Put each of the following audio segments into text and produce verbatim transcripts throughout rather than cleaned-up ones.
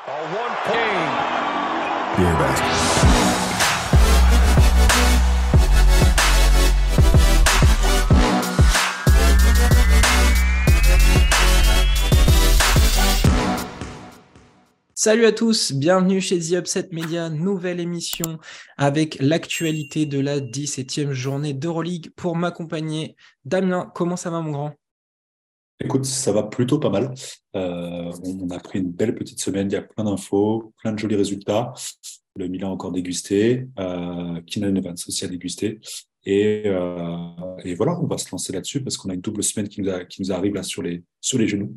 Beer basket. Salut à tous, bienvenue chez The Upset Media, nouvelle émission avec l'actualité de la dix-septième journée d'Euroleague. Pour m'accompagner, Damien, comment ça va mon grand? Écoute, ça va plutôt pas mal. Euh, on a pris une belle petite semaine, il y a plein d'infos, plein de jolis résultats. Le Milan a encore dégusté, euh, Keenan Evans aussi a dégusté. Et, euh, et voilà, on va se lancer là-dessus parce qu'on a une double semaine qui nous, a- qui nous arrive là sur les, sur les genoux.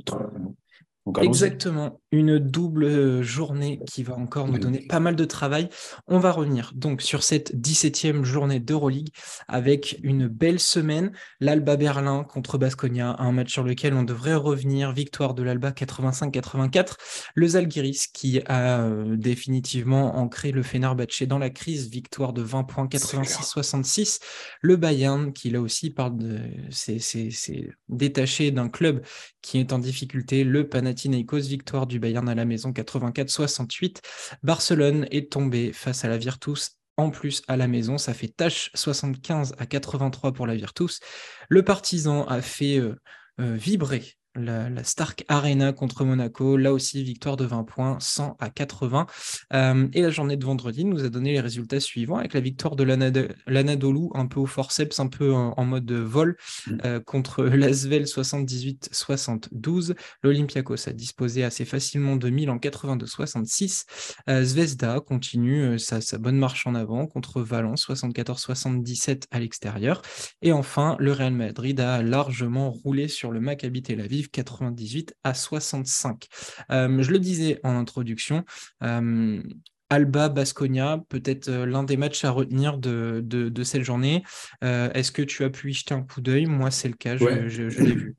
Donc allons-y. Exactement, une double journée qui va encore nous donner pas mal de travail. On va revenir donc sur cette dix-septième journée d'Euroleague avec une belle semaine. L'Alba Berlin contre Baskonia, un match sur lequel on devrait revenir. Victoire de l'Alba quatre-vingt-cinq quatre-vingt-quatre. Le Zalgiris qui a euh, définitivement ancré le Fenerbahçe dans la crise. Victoire de vingt points, quatre-vingt-six soixante-six. Le Bayern qui là aussi parle de... c'est, c'est, c'est détaché d'un club qui est en difficulté. Le Panathinaikos, victoire du Bayern à la maison quatre-vingt-quatre soixante-huit. Barcelone est tombé face à la Virtus en plus à la maison. Ça fait tâche soixante-quinze à quatre-vingt-trois pour la Virtus. Le Partizan a fait euh, euh, vibrer la, la Stark Arena contre Monaco. Là aussi, victoire de vingt points, cent à quatre-vingts. Euh, et la journée de vendredi nous a donné les résultats suivants avec la victoire de l'Anad- l'Anadolu, un peu au forceps, un peu en, en mode vol, euh, contre l'Asvel soixante-dix-huit soixante-douze. L'Olympiakos a disposé assez facilement de Milan quatre-vingt-deux soixante-six. Euh, Zvezda continue euh, sa, sa bonne marche en avant contre Valence soixante-quatorze soixante-dix-sept à l'extérieur. Et enfin, le Real Madrid a largement roulé sur le Maccabi Tel Aviv quatre-vingt-dix-huit à soixante-cinq. Euh, je le disais en introduction, euh, Alba Baskonia, peut-être euh, l'un des matchs à retenir de, de, de cette journée. Euh, est-ce que tu as pu y jeter un coup d'œil? Moi, c'est le cas, je, Ouais. je, je l'ai vu.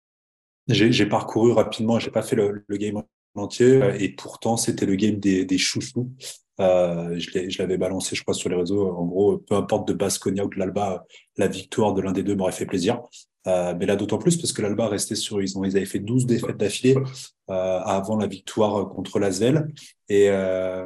J'ai, j'ai parcouru rapidement, j'ai pas fait le, le game en entier, euh, et pourtant c'était le game des, des chouchous. Euh, je l'ai- je l'avais balancé, je crois, sur les réseaux. En gros, peu importe de Baskonia ou de l'Alba, la victoire de l'un des deux m'aurait fait plaisir. Euh, mais là, d'autant plus parce que l'Alba restait sur, ils ont, ils avaient fait douze défaites d'affilée euh, avant la victoire contre l'Asvel. Et, euh,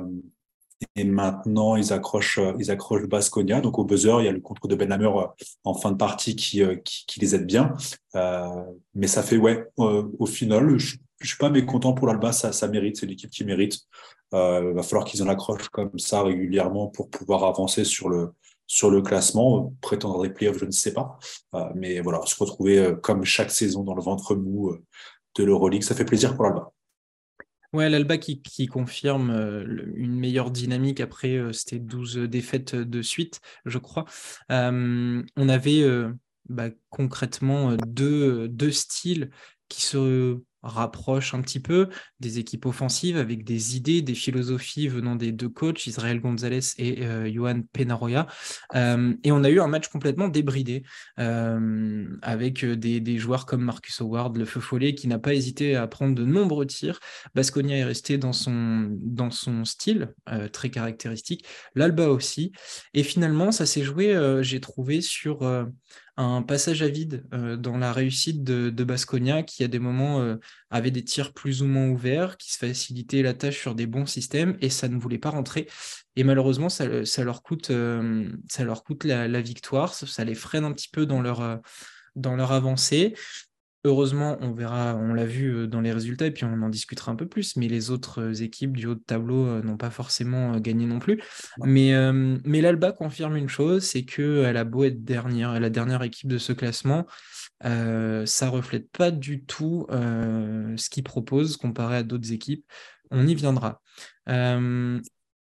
et maintenant, ils accrochent, euh, ils accrochent Baskonia. Donc, au buzzer, il y a le contre de Benhamer euh, en fin de partie qui, euh, qui, qui les aide bien. Euh, mais ça fait, ouais, euh, au final, je, je suis pas mécontent pour l'Alba. Ça, ça mérite. C'est l'équipe qui mérite. Euh, il va falloir qu'ils en accrochent comme ça régulièrement pour pouvoir avancer sur le, sur le classement. Prétendre des playoffs, je ne sais pas. Euh, mais voilà, se retrouver euh, comme chaque saison dans le ventre mou euh, de l'Euroleague, ça fait plaisir pour l'Alba. Ouais, l'Alba qui, qui confirme euh, le- une meilleure dynamique après euh, ces douze défaites de suite, je crois. Euh, on avait euh, bah, concrètement euh, deux, deux styles qui se rapprochent un petit peu, des équipes offensives avec des idées, des philosophies venant des deux coachs, Israël Gonzalez et euh, Johan Penaroya. Euh, et on a eu un match complètement débridé euh, avec des, des joueurs comme Marcus Howard, le feu follet, qui n'a pas hésité à prendre de nombreux tirs. Baskonia est resté dans son, dans son style euh, très caractéristique, l'Alba aussi. Et finalement, ça s'est joué, euh, j'ai trouvé, sur euh, un passage à vide euh, dans la réussite de, de Baskonia, qui à des moments euh, avait des tirs plus ou moins ouverts, qui se facilitaient la tâche sur des bons systèmes, et ça ne voulait pas rentrer. Et malheureusement, ça, ça leur coûte, euh, ça leur coûte la, la victoire, ça, ça les freine un petit peu dans leur, euh, dans leur avancée. Heureusement, on verra, on l'a vu euh, dans les résultats et puis on en discutera un peu plus, mais les autres euh, équipes du haut de tableau euh, n'ont pas forcément euh, gagné non plus. Mais, euh, mais l'Alba confirme une chose, c'est qu'elle a beau être dernière, la dernière équipe de ce classement, euh, ça reflète pas du tout euh, ce qu'ils proposent comparé à d'autres équipes. On y viendra. Euh,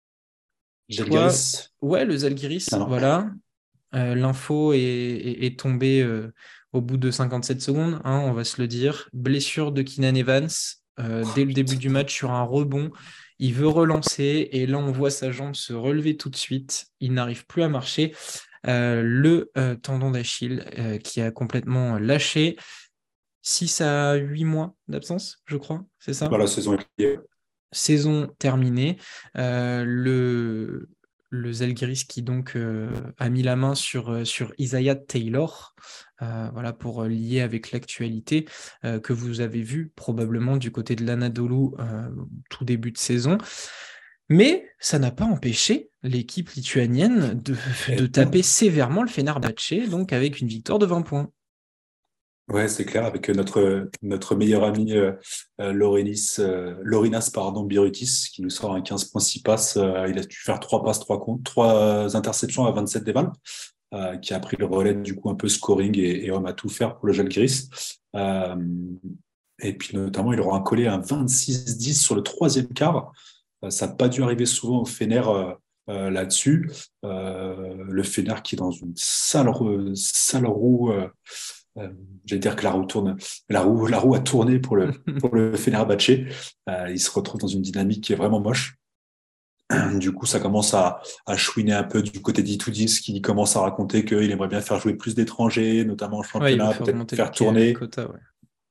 toi, Žalgiris? ouais, le Ah Zalgiris, non. voilà. Euh, l'info est, est- est tombée euh, au bout de cinquante-sept secondes, hein, on va se le dire. Blessure de Keenan Evans euh, dès le début du match sur un rebond. Il veut relancer et là on voit sa jambe se relever tout de suite. Il n'arrive plus à marcher. Euh, le euh, tendon d'Achille euh, qui a complètement lâché. Six à huit mois d'absence, je crois, c'est ça? Dans la saison est pliée. Saison terminée. Euh, le, le Zalgiris qui donc euh, a mis la main sur, euh, sur Isaiah Taylor, euh, voilà, pour lier avec l'actualité euh, que vous avez vu probablement du côté de l'Anadolu euh, tout début de saison. Mais ça n'a pas empêché l'équipe lituanienne de, de taper sévèrement le Fenerbahçe, donc avec une victoire de vingt points. Ouais, c'est clair, avec notre, notre meilleur ami euh, euh, Laurelis, euh, Laurinas pardon, Birutis, qui nous sort un quinze points six passes. Euh, il a dû faire trois passes, trois comptes, trois interceptions à vingt-sept déballes, euh, qui a pris le relais du coup un peu scoring et, et homme à tout faire pour le Žalgiris. Euh, et puis notamment, il aura un collé à vingt-six dix sur le troisième quart. Euh, ça n'a pas dû arriver souvent au Fener euh, euh, là-dessus. Euh, le Fener qui est dans une sale, sale roue. Euh, euh, j'allais dire que la roue tourne, la roue, la roue a tourné pour le, pour le Fenerbahçe. Euh, il se retrouve dans une dynamique qui est vraiment moche. Du coup, ça commence à, à chouiner un peu du côté d'Itoudis qui commence à raconter qu'il aimerait bien faire jouer plus d'étrangers, notamment en Ouais, il veut championnat, faire peut-être monter faire le tourner. quota, ouais.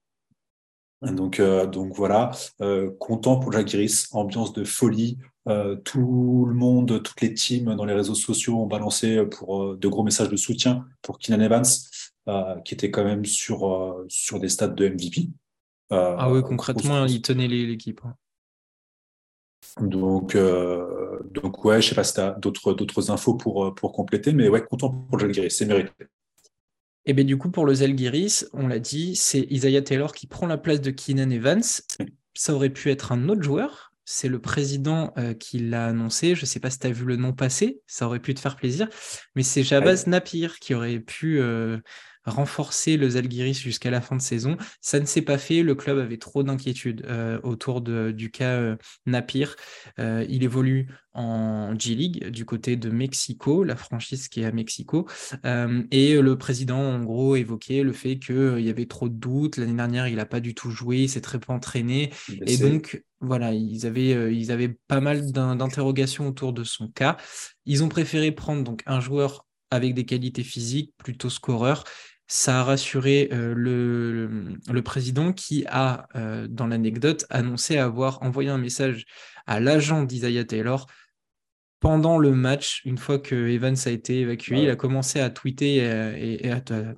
Donc, euh, donc voilà, euh, content pour Žalgiris, ambiance de folie. Euh, tout le monde, toutes les teams dans les réseaux sociaux ont balancé pour euh, de gros messages de soutien pour Keenan Evans, euh, qui était quand même sur, euh, sur des stades de M V P. Euh, Ah oui, grosse, concrètement, il grosse. tenait l'équipe. Hein. Donc, euh, donc ouais, je sais pas si tu as d'autres, d'autres infos pour, pour compléter, mais ouais, content pour Žalgiris, c'est mérité. Et bien du coup, pour le Žalgiris, on l'a dit, c'est Isaiah Taylor qui prend la place de Keenan Evans. Ça aurait pu être un autre joueur. C'est le président euh, qui l'a annoncé. Je ne sais pas si tu as vu le nom passer. Ça aurait pu te faire plaisir. Mais c'est Shabazz Ouais. Napier qui aurait pu euh, renforcer le Žalgiris jusqu'à la fin de saison. Ça ne s'est pas fait. Le club avait trop d'inquiétudes euh, autour de, du cas euh, Napier. Euh, il évolue en G-League du côté de Mexico, la franchise qui est à Mexico. Euh, et le président, en gros, évoquait le fait qu'il euh, y avait trop de doutes. L'année dernière, il n'a pas du tout joué, il s'est très peu entraîné. Et donc, voilà, ils avaient, euh, ils avaient pas mal d'interrogations autour de son cas. Ils ont préféré prendre donc un joueur avec des qualités physiques, plutôt scoreur. Ça a rassuré euh, le, le président qui a, euh, dans l'anecdote, annoncé avoir envoyé un message à l'agent d'Isaiah Taylor pendant le match. Une fois que Evans a été évacué, Ouais. il a commencé à tweeter et, et à,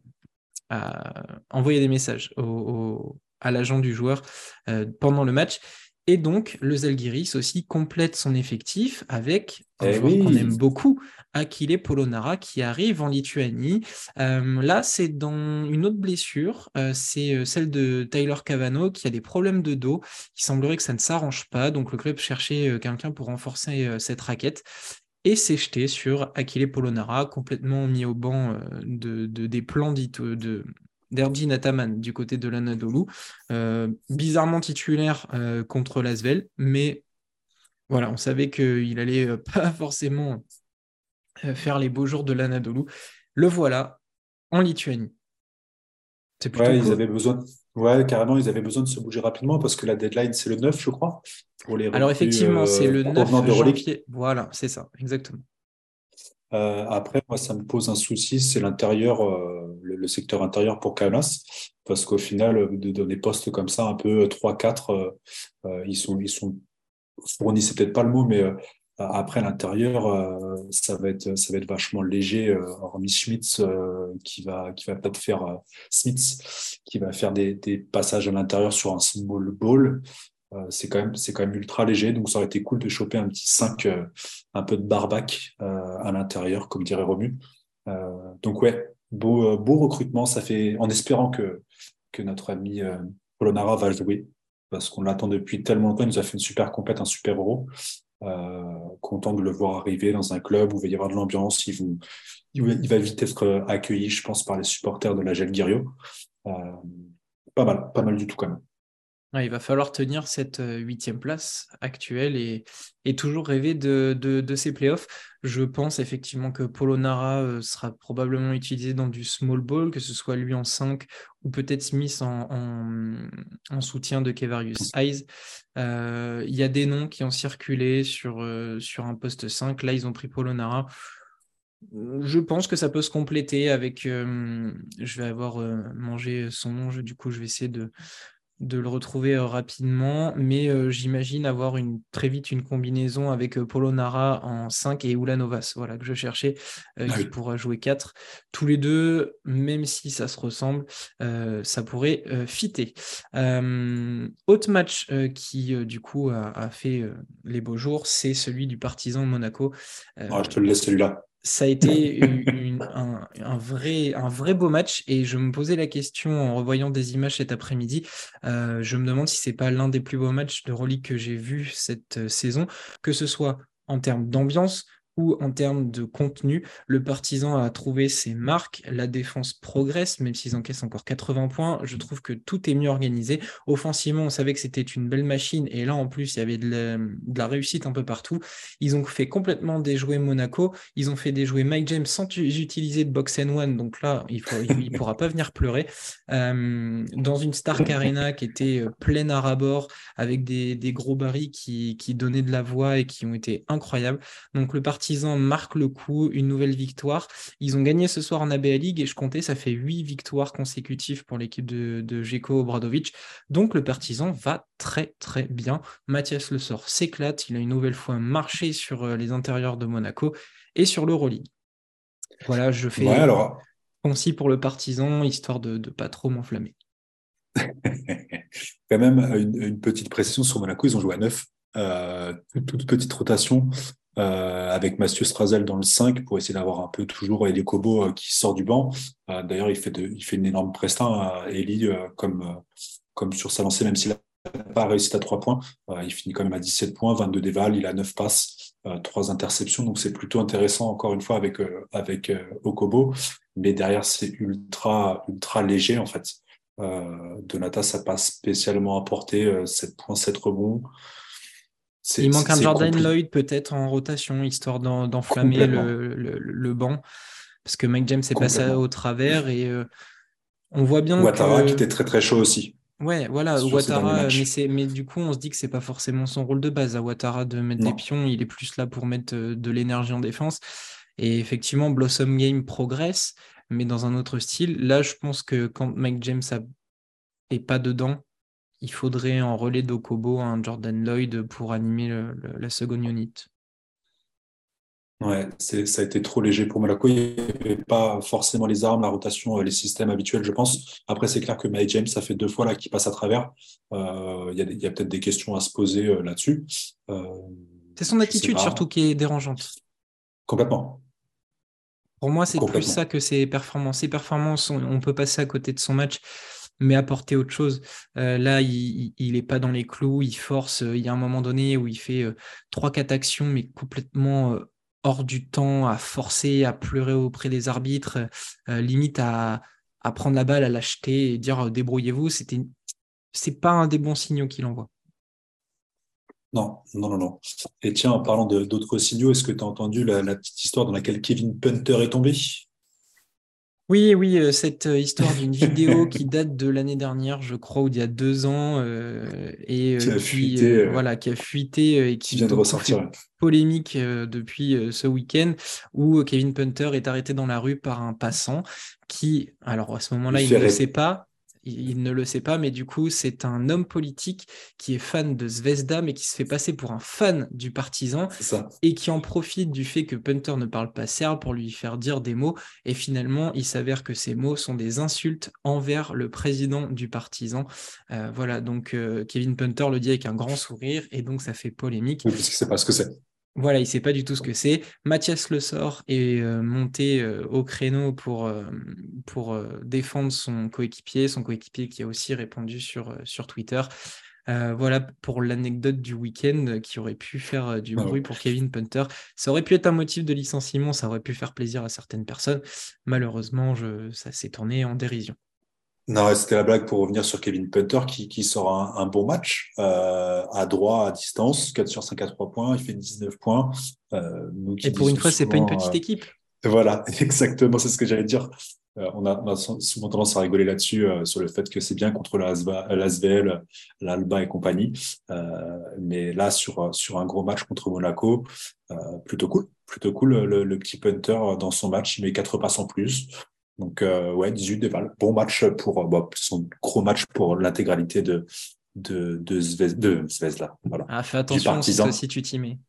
à, envoyer des messages au, au, à l'agent du joueur euh, pendant le match. Et donc, le Žalgiris aussi complète son effectif avec un Eh joueur qu'on oui. aime beaucoup, Achille Polonara, qui arrive en Lituanie. Euh, là, c'est dans une autre blessure, euh, c'est celle de Tyler Cavano, qui a des problèmes de dos. Il semblerait que ça ne s'arrange pas, donc le club cherchait euh, quelqu'un pour renforcer euh, cette raquette. Et s'est jeté sur Achille Polonara, complètement mis au banc euh, de, de, des plans de, de, d'Ergin Ataman du côté de l'Anadolu. Euh, bizarrement titulaire euh, contre l'Asvel, mais voilà, on savait qu'il allait euh, pas forcément euh, faire les beaux jours de l'Anadolu. Le voilà en Lituanie. C'est plutôt Ouais, ils cool. avaient besoin. Ouais, carrément, ils avaient besoin de se bouger rapidement parce que la deadline, c'est le neuf, je crois, pour les Alors recrues effectivement, c'est euh, le provenant neuf d'Euroleague. janvier. Voilà, c'est ça, exactement. Euh, après, moi, ça me pose un souci, c'est l'intérieur, euh, le, le secteur intérieur pour Kaunas, parce qu'au final, euh, de, de des postes comme ça, un peu trois quatre, euh, euh, ils sont, ils sont fournis, c'est peut-être pas le mot, mais euh, après l'intérieur, euh, ça va être, ça va être vachement léger, euh, hormis Schmitz, euh, qui va, qui va peut-être faire euh, Smith, qui va faire des, des passages à l'intérieur sur un small ball. Euh, c'est quand même, c'est quand même ultra léger, donc ça aurait été cool de choper un petit cinq, euh, un peu de barbac euh, à l'intérieur, comme dirait Romu. Euh, donc ouais, beau, euh, beau recrutement, ça fait, en espérant que, que notre ami euh, Polonara va jouer, parce qu'on l'attend depuis tellement longtemps, il nous a fait une super compète, un super euro. Euh, content de le voir arriver dans un club où il va y avoir de l'ambiance, il, vont, il, va, il va vite être accueilli, je pense, par les supporters de la Žalgirio. Euh, pas mal, pas mal du tout quand même. Ouais, il va falloir tenir cette huitième place actuelle et, et toujours rêver de, de, de ces playoffs. Je pense effectivement que Polonara euh, sera probablement utilisé dans du small ball, que ce soit lui en cinq ou peut-être Smith en, en, en soutien de Kevarius Hayes. Euh, Il y a des noms qui ont circulé sur, euh, sur un poste cinq. Là, ils ont pris Polonara. Je pense que ça peut se compléter avec. Euh, je vais avoir euh, mangé son nom, je- du coup, je vais essayer de de le retrouver euh, rapidement, mais euh, j'imagine avoir une, très vite une combinaison avec euh, Polonara en cinq et Ulanovas, voilà, que je cherchais, euh, Ah qui oui. pourra jouer quatre. Tous les deux, même si ça se ressemble, euh, ça pourrait euh, fitter. Euh, autre match euh, qui, euh, du coup, a, a fait euh, les beaux jours, c'est celui du Partizan Monaco. Euh, Ah, je te le laisse celui-là. ça a été une- un, un vrai, un vrai beau match et je me posais la question en revoyant des images cet après-midi. Euh, je me demande si c'est pas l'un des plus beaux matchs de Euroleague que j'ai vu cette euh, saison, que ce soit en termes d'ambiance ou en termes de contenu. Le Partizan a trouvé ses marques, la défense progresse, même s'ils encaissent encore quatre-vingts points. Je trouve que tout est mieux organisé. Offensivement, on savait que c'était une belle machine et là, en plus, il y avait de la, de la réussite un peu partout. Ils ont fait complètement déjouer Monaco. Ils ont fait déjouer Mike James sans tu- utiliser de box and one. Donc là, il faut, il, il pourra pas venir pleurer. Euh, dans une Stark Arena qui était euh, pleine à ras-bord avec des, des gros barils qui, qui donnaient de la voix et qui ont été incroyables. Donc le Partizan marque le coup, une nouvelle victoire. Ils ont gagné ce soir en A B A League et je comptais, ça fait huit victoires consécutives pour l'équipe de, de Željko Obradović. Donc le Partizan va très très bien. Mathias Le Sort s'éclate, il a une nouvelle fois marché sur euh, les intérieurs de Monaco et sur l'Euroleague. Voilà, je Ouais, fais alors, concis pour le Partizan, histoire de ne pas trop m'enflammer. quand même, une, une petite précision sur Monaco, ils ont joué à neuf. Euh, toute, toute petite rotation euh, avec Mathieu Strazel dans le cinq pour essayer d'avoir un peu toujours Eli Kobo euh, qui sort du banc. Euh, d'ailleurs, il fait, de, il fait une énorme presta à Eli euh, comme, euh, comme sur sa lancée, même s'il n'a pas réussi à trois points. Euh, il finit quand même à dix-sept points, vingt-deux déval, il a neuf passes, euh, trois interceptions. Donc, c'est plutôt intéressant, encore une fois, avec, euh, avec euh, Okobo. Mais derrière, c'est ultra, ultra léger, en fait. Euh, Donata, ça n'a pas spécialement apporté euh, sept points, sept rebonds. Il C'est manque c'est- un c'est Jordan compliqué. Lloyd peut-être en rotation, histoire d'en- d'enflammer Complètement. le, le, le banc, parce que Mike James est passé au Complètement. travers et euh, on voit bien Ouattara qui que était très très chaud aussi ouais, voilà, sur ces derniers Ouattara, mais matchs. c'est, mais du coup, on se dit que c'est pas forcément son rôle de base à Ouattara de mettre des Non. pions, il est plus là pour mettre euh, de l'énergie en défense. Et effectivement, Blossom Game progresse, mais dans un autre style. Là, je pense que quand Mike James a- est pas dedans, il faudrait en relais d'Okobo un Jordan Lloyd pour animer le- le- la seconde unit. Ouais, c'est, ça a été trop léger pour Monaco. Il n'y avait pas forcément les armes, la rotation, euh, les systèmes habituels, je pense. Après, c'est clair que Mike James, ça fait deux fois là qu'il passe à travers. Euh, Il y a, des- il y a peut-être des questions à se poser euh, là-dessus. Euh, C'est son je sais attitude surtout pas. qui est dérangeante. Complètement. Pour moi, c'est plus ça Complètement. que ses performances. Ses performances, on, on peut passer à côté de son match, mais apporter autre chose. Euh, là, il, il est pas dans les clous, il force. euh, Il y a un moment donné où il fait euh, trois, quatre actions, mais complètement euh, hors du temps, à forcer, à pleurer auprès des arbitres, euh, limite à, à prendre la balle, à l'acheter et dire euh, débrouillez-vous. C'était, c'est pas un des bons signaux qu'il envoie. Non, non, non, non. Et tiens, en parlant de- d'autres signaux, est-ce que tu as entendu la, la petite histoire dans laquelle Kevin Punter est tombé? Oui, oui, euh, cette euh, histoire d'une vidéo qui date de l'année dernière, je crois, ou d'il y a deux ans, euh, et Qui euh, a qui, fuité, euh, euh, voilà, qui a fuité euh, et qui qui vient de du coup fait ressortir. polémique euh, depuis euh, ce week-end, où euh, Kevin Punter est arrêté dans la rue par un passant qui, alors à ce Il moment-là, il fait ne le sait ré- pas. Il il ne le sait pas, mais du coup, c'est un homme politique qui est fan de Zvezda, mais qui se fait passer pour un fan du Partizan C'est ça. et qui en profite du fait que Punter ne parle pas serbe pour lui faire dire des mots. Et finalement, il s'avère que ces mots sont des insultes envers le président du Partizan. Euh, voilà, donc euh, Kevin Punter le dit avec un grand sourire et donc ça fait polémique. Oui, parce qu'il sait pas ce que c'est. Voilà, il ne sait pas du tout ce que c'est. Mathias Le Sort est euh, monté euh, au créneau pour, euh, pour euh, défendre son coéquipier, son coéquipier qui a aussi répondu sur, euh, sur Twitter. Euh, voilà pour l'anecdote du week-end euh, qui aurait pu faire euh, du Ah ouais. bruit pour Kevin Punter. Ça aurait pu être un motif de licenciement, ça aurait pu faire plaisir à certaines personnes. Malheureusement, je, ça s'est tourné en dérision. Non, ouais, c'était la blague pour revenir sur Kevin Punter qui, qui sort un, un bon match euh, à droit, à distance, quatre sur cinq à trois points, il fait dix-neuf points. Euh, nous Et qui pour une disons fois, c'est pas une souvent, petite euh, équipe. voilà, exactement, c'est ce que j'allais dire. Euh, on a, on a souvent tendance à rigoler là-dessus, euh, sur le fait que c'est bien contre la l'Asvel, l'Alba et compagnie. Euh, mais là, sur, sur un gros match contre Monaco, euh, plutôt cool. Plutôt cool, le, le petit punter dans son match, il met quatre passes en plus. Donc, euh, ouais, dix-huit déval. Bon match pour, euh, bon, son gros match pour l'intégralité de, de, de, Zvezda, de Zvezda, voilà, Ah, fais du attention si toi Partizan. aussi tu t'y mets.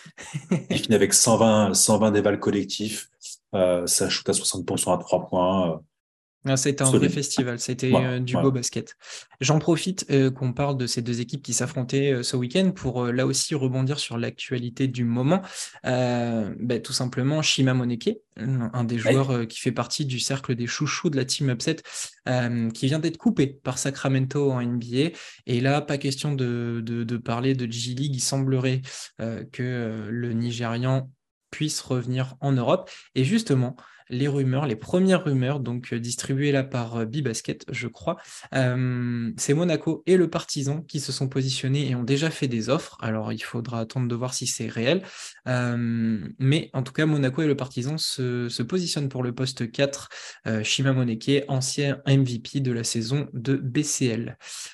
Il finit avec cent vingt, cent vingt déval collectifs. Euh, ça shoot à soixante pour cent à trois points. Euh, Ah, ça a été un vrai solide. festival, ça a été Voilà, euh, du beau voilà. basket. J'en profite euh, qu'on parle de ces deux équipes qui s'affrontaient euh, ce week-end pour euh, là aussi rebondir sur l'actualité du moment. Euh, bah, tout simplement, Shima Moneke, un un des joueurs Ouais. euh, qui fait partie du cercle des chouchous de la team Upset, euh, qui vient d'être coupé par Sacramento en N B A. Et là, pas question de, de, de parler de G League. Il semblerait euh, que euh, le Nigérian puisse revenir en Europe. Et justement, les rumeurs, les premières rumeurs, donc euh, distribuées là par euh, Bibasket, je crois. Euh, c'est Monaco et le Partizan qui se sont positionnés et ont déjà fait des offres. Alors, il faudra attendre de voir si c'est réel. Euh, mais en tout cas, Monaco et le Partizan se, se positionnent pour le poste quatre. Euh, Shima Moneke, ancien M V P de la saison de B C L.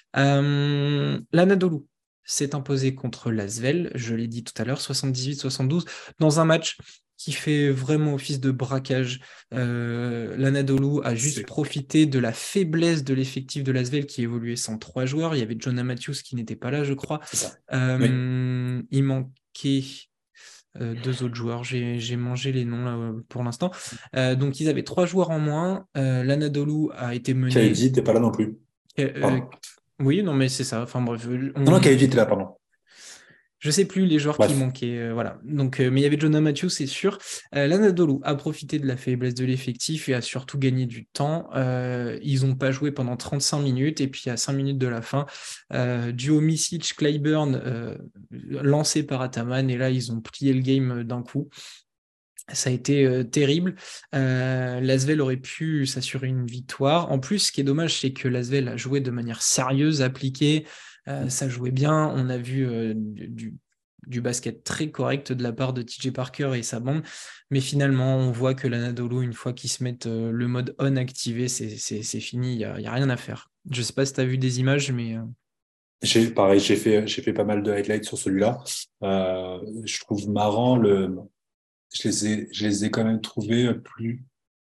Euh, L'Anadolu s'est imposé contre l'Asvel, je l'ai dit tout à l'heure, soixante-dix-huit soixante-douze, dans un match qui fait vraiment office de braquage. Euh, L'Anadolu a juste C'est, profité de la faiblesse de l'effectif de l'Asvel qui évoluait sans trois joueurs. Il y avait Jonah Matthews qui n'était pas là, je crois. c'est ça. Oui. Euh, il manquait euh, deux autres joueurs. J'ai j'ai mangé les noms là, euh, pour l'instant. Euh, donc ils avaient trois joueurs en moins. Euh, L'Anadolu a été mené. Kaedi, t'es pas là non plus. euh, euh, Pardon. oui, non, mais c'est ça. Enfin bref, Non, non, on, Kaedi, t'es là, pardon. je sais plus les joueurs qui Bref. manquaient, euh, voilà. Donc, euh, mais il y avait Jonah Matthews, c'est sûr. Euh, L'Anadolu a profité de la faiblesse de l'effectif et a surtout gagné du temps. Euh, ils n'ont pas joué pendant trente-cinq minutes et puis à cinq minutes de la fin, euh, duo Misic-Clyburn euh, lancé par Ataman et là ils ont plié le game d'un coup. Ça a été euh, terrible. Euh, L'Asvel aurait pu s'assurer une victoire. En plus, ce qui est dommage, c'est que l'Asvel a joué de manière sérieuse, appliquée. Euh, ça jouait bien. On a vu euh, du, du basket très correct de la part de T J Parker et sa bande. Mais finalement, on voit que l'Anadolu, une fois qu'ils se mettent euh, le mode on activé, c'est c'est- c'est fini. Il n'y a, il y a rien à faire. Je sais pas si tu as vu des images, mais euh, J'ai, pareil, j'ai fait, j'ai fait pas mal de highlights sur celui-là. Euh, je trouve marrant le, je les ai, je les ai quand même trouvés plus,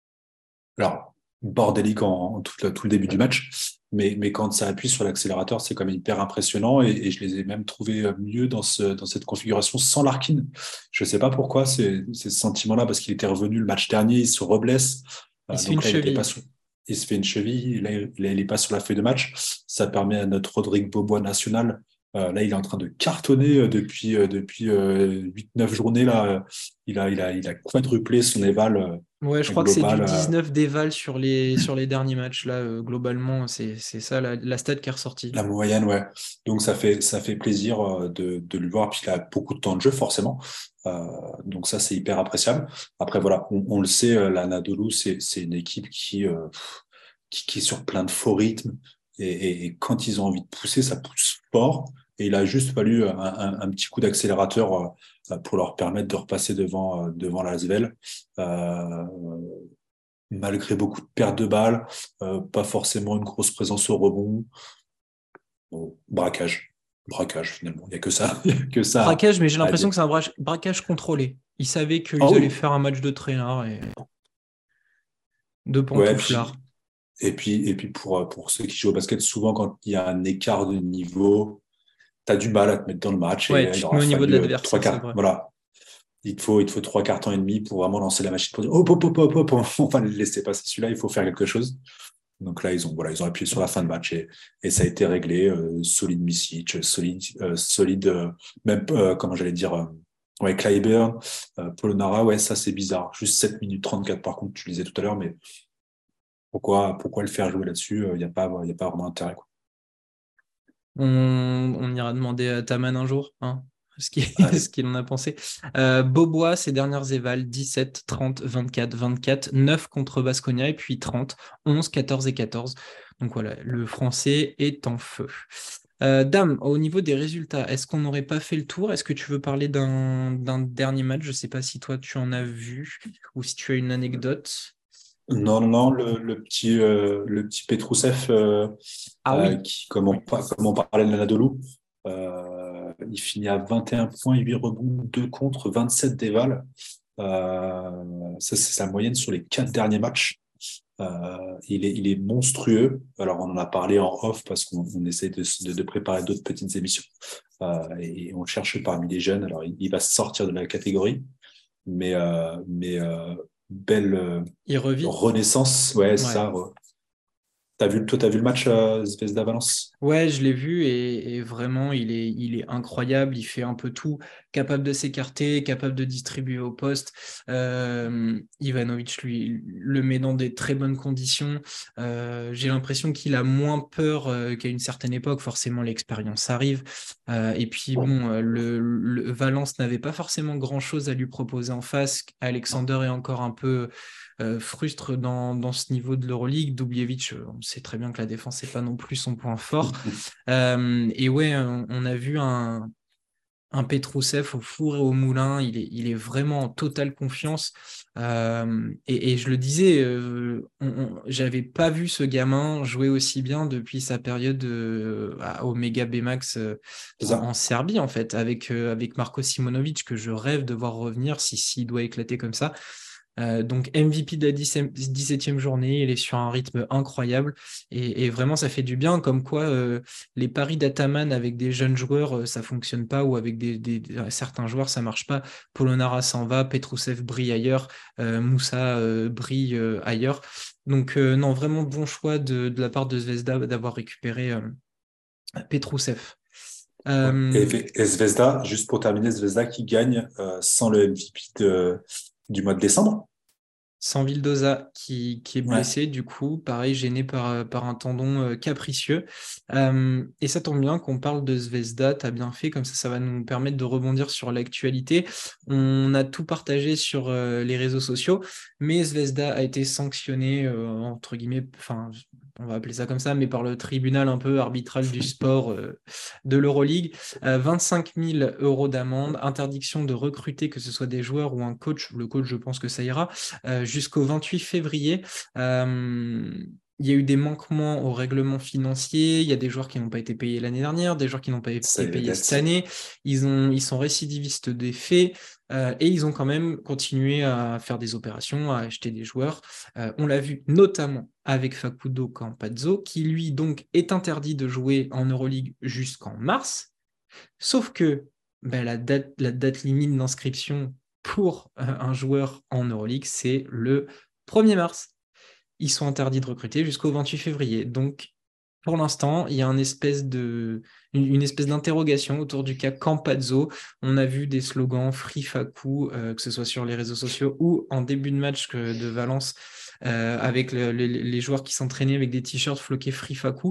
alors, bordélique en, en tout, le, tout le début du match, mais, mais quand ça appuie sur l'accélérateur, c'est quand même hyper impressionnant et, et je les ai même trouvés mieux dans, ce, dans cette configuration sans Larkin. Je sais pas pourquoi, c'est, c'est ce sentiment-là, parce qu'il était revenu le match dernier, il se reblesse, il euh, se fait une donc là, il était pas cheville. sur, il se fait une cheville, là, il, il est pas sur la feuille de match. Ça permet à notre Rodrigue Bobois national. Euh, là, il est en train de cartonner euh, depuis euh, depuis euh, huit neuf journées là. Euh, Il a il a il a quadruplé son éval Ouais, je euh, crois que c'est du global. Euh, dix-neuf d'éval sur les, sur les derniers matchs. Là, euh, globalement, c'est c'est ça la, la stat qui est ressortie. La moyenne, ouais. Donc ça fait ça fait plaisir euh, de, de le voir. Puis il a beaucoup de temps de jeu, forcément. Euh, donc ça, c'est hyper appréciable. Après, voilà, on, on le sait, euh, la Anadolu, c'est c'est une équipe qui, euh, qui qui est sur plein de faux rythmes. Et, et, et quand ils ont envie de pousser, ça pousse fort. Et il a juste fallu un, un, un petit coup d'accélérateur euh, pour leur permettre de repasser devant euh, devant la Asvel. Euh, malgré beaucoup de pertes de balles, euh, pas forcément une grosse présence au rebond. Bon, braquage. Braquage, finalement. Il n'y a que ça. Il y a que ça Braquage, mais j'ai à l'impression dire. que c'est un bra- braquage contrôlé. Ils savaient Ah qu'ils allaient oui. faire un match de traînard et de Ouais, pantouflards. puis, et puis, et puis pour, pour ceux qui jouent au basket, souvent, quand il y a un écart de niveau, tu as du mal à te mettre dans le match et Ouais, euh, il tu te aura mets au niveau de fallu euh, trois l'adversaire, c'est quarts. vrai. Voilà. Il te faut, il te faut trois quarts temps et demi pour vraiment lancer la machine pour dire, hop, hop, hop, hop, hop, on va le laisser passer celui-là, il faut faire quelque chose. Donc là, ils ont, voilà, ils ont appuyé sur la fin de match et, et ça a été réglé. Euh, solide Misic, solide, euh, solide, euh, même, euh, comment j'allais dire, euh, ouais, Clyburn, euh, Polonara, ouais, ça c'est bizarre. Juste sept minutes trente-quatre par contre, tu le disais tout à l'heure, mais pourquoi, pourquoi le faire jouer là-dessus? Il n'y a pas, il y a pas vraiment intérêt, quoi. On, on ira demander à Taman un jour, hein, ce qu'il ce Allez. qu'il en a pensé. Euh, Beaubois, ses dernières évals, dix-sept, trente, vingt-quatre, vingt-quatre, neuf contre Basconia et puis trente, onze, quatorze et quatorze. Donc voilà, le français est en feu. Euh, Dame, au niveau des résultats, est-ce qu'on n'aurait pas fait le tour? Est-ce que tu veux parler d'un d'un dernier match? Je ne sais pas si toi tu en as vu ou si tu as une anecdote. Non, non, non, le, le petit, euh, le petit Petrousev, euh, Ah euh, oui, qui, comme on, par- comme on parlait de l'Anadolu, euh, il finit à vingt et un points, huit rebonds, deux contre, vingt-sept dévals. Euh, ça, c'est sa moyenne sur les quatre derniers matchs. Euh, il est, il est monstrueux. Alors, on en a parlé en off parce qu'on on essaie de, de, de préparer d'autres petites émissions. Euh, et on le cherche parmi les jeunes. Alors, il, il va sortir de la catégorie, mais, euh, mais euh, belle euh, Il revit. renaissance. Ouais, c'est Ouais. ça. Ouais. T'as vu, toi, t'as vu le match euh, Zvezda Valence? Ouais, je l'ai vu et, et vraiment, il est, il est incroyable. Il fait un peu tout, capable de s'écarter, capable de distribuer au poste. Euh, Ivanovic, lui, le met dans des très bonnes conditions. Euh, j'ai l'impression qu'il a moins peur euh, qu'à une certaine époque. Forcément, l'expérience arrive. Euh, et puis, bon, euh, le, le Valence n'avait pas forcément grand-chose à lui proposer en face. Alexander est encore un peu euh, frustre dans, dans ce niveau de l'Euroleague. Dubljevic, euh, on sait très bien que la défense n'est pas non plus son point fort. Euh, et ouais, on, on a vu un, un Petrousev au four et au moulin. Il est, il est vraiment en totale confiance. Euh, et, et je le disais, euh, on, on, j'avais pas vu ce gamin jouer aussi bien depuis sa période euh, à Omega B-Max euh, C'est en, ça. en Serbie, en fait, avec, euh, avec Marko Simonovic, que je rêve de voir revenir si, s'il doit éclater comme ça. Euh, donc M V P de la dix-septième journée, il est sur un rythme incroyable et, et vraiment ça fait du bien comme quoi euh, les paris d'Ataman avec des jeunes joueurs euh, ça fonctionne pas ou avec des, des- des- certains joueurs ça marche pas. Polonara s'en va, Petrousev brille ailleurs, euh, Moussa euh, brille euh, ailleurs. Donc euh, non vraiment bon choix de, de la part de Zvezda d'avoir récupéré euh, Petrousev. Ouais. Et, Euh, et Zvezda, juste pour terminer, Zvezda qui gagne euh, sans le M V P de, du mois de décembre. Sans Vildoza qui, qui est Ouais. blessé, du coup, pareil, gêné par, par un tendon euh, capricieux. Euh, et ça tombe bien qu'on parle de Zvezda, t'as bien fait, comme ça, ça va nous permettre de rebondir sur l'actualité. On a tout partagé sur euh, les réseaux sociaux, mais Zvezda a été sanctionné, euh, entre guillemets, enfin, on va appeler ça comme ça, mais par le tribunal un peu arbitral du sport euh, de l'Euroleague. Euh, vingt-cinq mille euros d'amende, interdiction de recruter, que ce soit des joueurs ou un coach. Le coach, je pense que ça ira euh, jusqu'au vingt-huit février. Euh, il y a eu des manquements au règlement financier. Il y a des joueurs qui n'ont pas été payés l'année dernière, des joueurs qui n'ont pas été C'est les payés cette dettes. année. Ils, ont, ils sont récidivistes des faits euh, et ils ont quand même continué à faire des opérations, à acheter des joueurs. Euh, on l'a vu notamment avec Facundo Campazzo, qui lui donc est interdit de jouer en Euroleague jusqu'en mars. Sauf que ben, la, date, la date limite d'inscription pour euh, un joueur en Euroleague, c'est le premier mars. Ils sont interdits de recruter jusqu'au vingt-huit février. Donc, pour l'instant, il y a une espèce de, une, une espèce d'interrogation autour du cas Campazzo. On a vu des slogans Free Facu, euh, que ce soit sur les réseaux sociaux ou en début de match que, de Valence, euh, avec le, le, les joueurs qui s'entraînaient avec des t-shirts floqués Free Facu.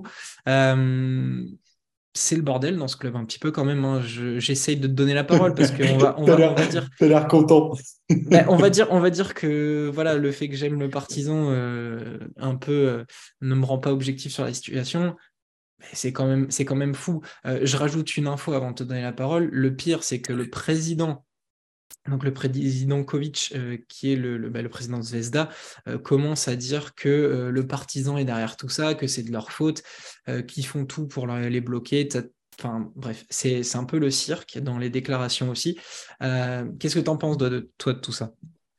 Euh, c'est le bordel dans ce club un petit peu quand même. Hein. Je, j'essaye de te donner la parole parce qu'on va, on T'as va, l'air, on va dire, t'as l'air content. ben, on va dire, on va dire que voilà, le fait que j'aime le partisan euh, un peu euh, ne me rend pas objectif sur la situation. Mais c'est quand même, c'est quand même fou. Euh, je rajoute une info avant de te donner la parole. Le pire, c'est que le président donc le président Kovic, euh, qui est le, le, bah, le président de Zvezda, euh, commence à dire que euh, le partisan est derrière tout ça, que c'est de leur faute, euh, qu'ils font tout pour les bloquer. Enfin bref, c'est, c'est un peu le cirque dans les déclarations aussi. Euh, qu'est-ce que tu en penses de, de, toi de tout ça?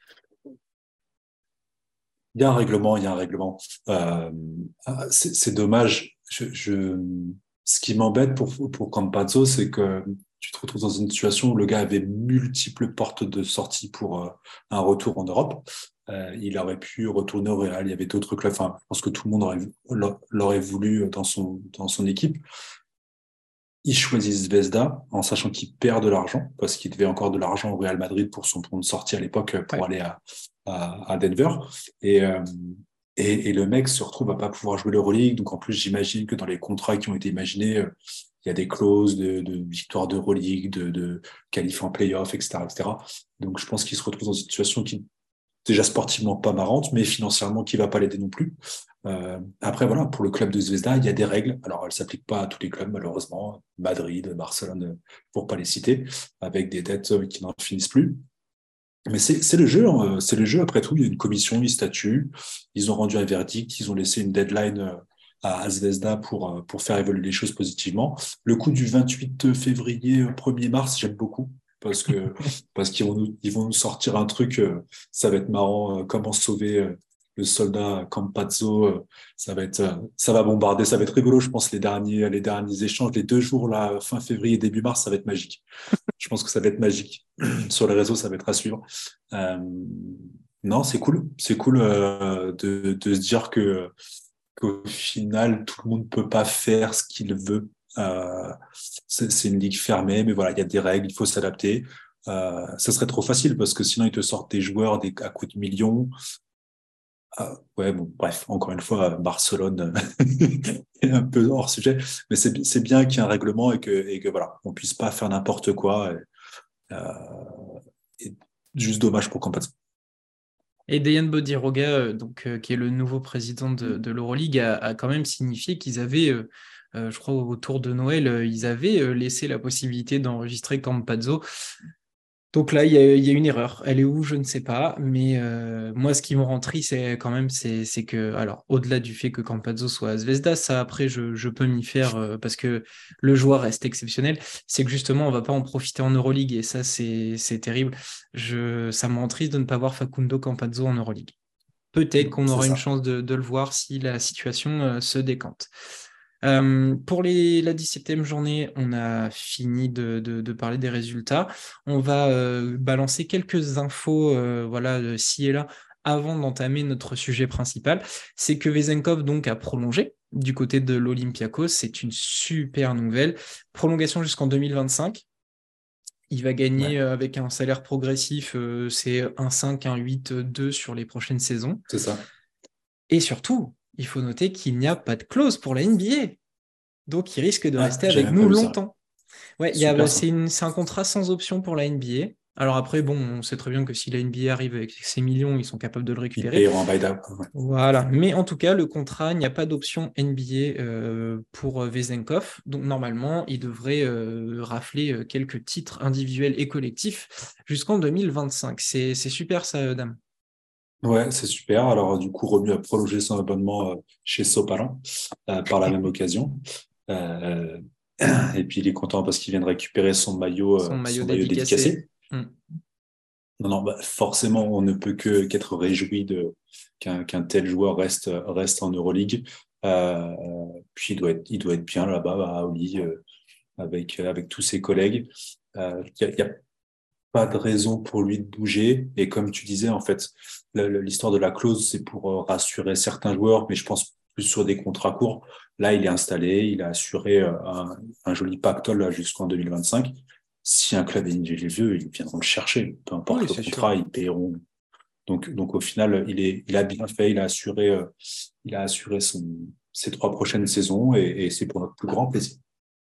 Il y a un règlement, il y a un règlement. Euh, c'est, c'est dommage. Je, je, ce qui m'embête pour, pour Campazzo, c'est que tu te retrouves dans une situation où le gars avait multiples portes de sortie pour euh, un retour en Europe. Euh, il aurait pu retourner au Real. Il y avait d'autres clubs. Enfin, je pense que tout le monde aurait, l'aurait voulu dans son, dans son équipe. Il choisit Zvezda en sachant qu'il perd de l'argent parce qu'il devait encore de l'argent au Real Madrid pour son plan de sortie à l'époque pour Ouais. aller à, à, à Denver. Et, euh, et, et le mec se retrouve à pas pouvoir jouer l'Euroleague. Donc en plus, j'imagine que dans les contrats qui ont été imaginés, euh, il y a des clauses de, de victoire d'Euroleague, de, de qualif en playoff, et cetera, et cetera. Donc je pense qu'il se retrouve dans une situation qui déjà sportivement pas marrante, mais financièrement qui va pas l'aider non plus. Euh, après, voilà, pour le club de Zvezda, il y a des règles. Alors, elles ne s'appliquent pas à tous les clubs, malheureusement. Madrid, Barcelone, pour pas les citer, avec des dettes qui n'en finissent plus. Mais c'est, c'est le jeu, hein. C'est le jeu. Après tout, il y a une commission, ils statuent, ils ont rendu un verdict, ils ont laissé une deadline à Zvezda pour, pour faire évoluer les choses positivement. Le coup du vingt-huit février, premier mars, j'aime beaucoup. Parce que parce qu'ils vont nous, ils vont nous sortir un truc, euh, ça va être marrant, euh, comment sauver euh, le soldat Campazzo, euh, ça va être, euh, ça va bombarder, ça va être rigolo, je pense, les derniers, les derniers échanges, les deux jours là, fin février, début mars, ça va être magique. Je pense que ça va être magique. Sur les réseaux, ça va être à suivre. Euh, non, c'est cool, c'est cool euh, de, de se dire que qu'au final, tout le monde peut pas faire ce qu'il veut. Euh, c'est, c'est une ligue fermée, mais voilà, il y a des règles, il faut s'adapter. Euh, ça serait trop facile parce que sinon ils te sortent des joueurs des, à coups de millions. Ah, ouais, bon, bref, encore une fois, Barcelone est un peu hors sujet, mais c'est c'est bien qu'il y ait un règlement et que et que voilà, on puisse pas faire n'importe quoi. Et, euh, et juste dommage pour Campazzo. Et Dejan Bodiroga, euh, donc, euh, qui est le nouveau président de, de l'Euroleague, a, a quand même signifié qu'ils avaient, euh, euh, je crois, autour de Noël, euh, ils avaient euh, laissé la possibilité d'enregistrer Campazzo. Donc là, il y a, il y a une erreur. Elle est où? Je ne sais pas. Mais euh, moi, ce qui me rend triste, c'est quand même, c'est, c'est que, alors, au-delà du fait que Campazzo soit à Zvezda, ça, après, je, je peux m'y faire euh, parce que le joueur reste exceptionnel. C'est que justement, on va pas en profiter en Euroleague et ça, c'est, c'est terrible. Je, ça me rend triste de ne pas voir Facundo Campazzo en Euroleague. Peut-être qu'on C'est aura une ça. chance de, de le voir si la situation euh, se décante. Euh, pour les, la dix-septième journée, on a fini de, de, de parler des résultats. On va euh, balancer quelques infos euh, voilà, euh, ci et là avant d'entamer notre sujet principal. C'est que Vezenkov donc a prolongé du côté de l'Olympiakos. C'est une super nouvelle. Prolongation jusqu'en deux mille vingt-cinq. Il va gagner Ouais, euh, avec un salaire progressif, euh, c'est un virgule cinq, un virgule huit, deux sur les prochaines saisons. c'est ça. Et surtout, il faut noter qu'il n'y a pas de clause pour la N B A. Donc, il risque de Ah, rester j'avais avec même pas nous vu ça. longtemps. Ouais, il y a, Super bah, ça. c'est une, c'est un contrat sans option pour la N B A. Alors après, bon, on sait très bien que si la N B A arrive avec ses millions, ils sont capables de le Ils récupérer. payeront un buy down. Ouais. Voilà. Mais en tout cas, le contrat, il n'y a pas d'option N B A euh, pour euh, Vezenkov. Donc normalement, il devrait euh, rafler euh, quelques titres individuels et collectifs jusqu'en deux mille vingt-cinq. C'est, c'est super ça, euh, dame. Ouais, c'est super. Alors, du coup, Romu a prolongé son abonnement euh, chez Sopalan euh, par la même occasion. Euh, et puis, il est content parce qu'il vient de récupérer son maillot, Son euh, maillot son maillot dédicacé. dédicacé. Hmm. Non, non, bah, forcément, on ne peut que qu'être réjoui de qu'un qu'un tel joueur reste reste en Euroleague. Euh, puis il doit être il doit être bien là-bas à Oli euh, avec avec tous ses collègues. Euh, Il y a, il y a pas de raison pour lui de bouger. Et comme tu disais, en fait, le- le- l'histoire de la clause, c'est pour euh, rassurer certains joueurs, mais je pense plus sur des contrats courts. Là, il est installé, il a assuré euh, un, un joli pactole là, jusqu'en deux mille vingt-cinq. Si un club est vieux, ils viendront le chercher. Peu importe Oui, le c'est sûr. contrat, ils paieront. Donc, donc au final, il est, il a bien fait, il a assuré, euh, il a assuré son, ses trois prochaines saisons et, et c'est pour notre plus grand plaisir.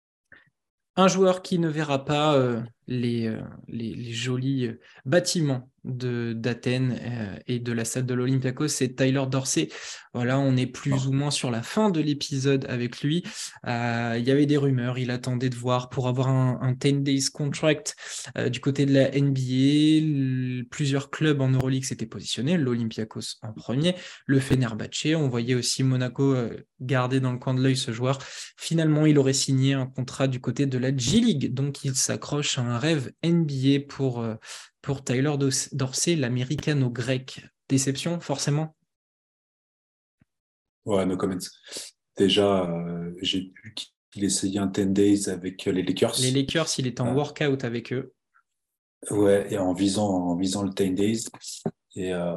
Un joueur qui ne verra pas euh, les, euh, les, les jolis euh, bâtiments de d'Athènes euh, et de la salle de l'Olympiakos, c'est Tyler Dorsey. Voilà, on est plus ou moins sur la fin de l'épisode avec lui. Euh, il y avait des rumeurs, il attendait de voir pour avoir un, un dix days contract euh, du côté de la N B A. L- plusieurs clubs en Euroleague s'étaient positionnés, l'Olympiakos en premier, le Fenerbahçe. On voyait aussi Monaco euh, garder dans le coin de l'œil ce joueur. Finalement, il aurait signé un contrat du côté de la G-League, donc il s'accroche à un rêve N B A pour, euh, pour Tyler Dorsey, l'américano-grec. Déception, forcément. Ouais, no comments. Déjà, euh, j'ai vu qu'il essayait un dix days avec les Lakers. Les Lakers, il est en Euh, workout avec eux. ouais, et en visant, en visant le dix days. Et euh,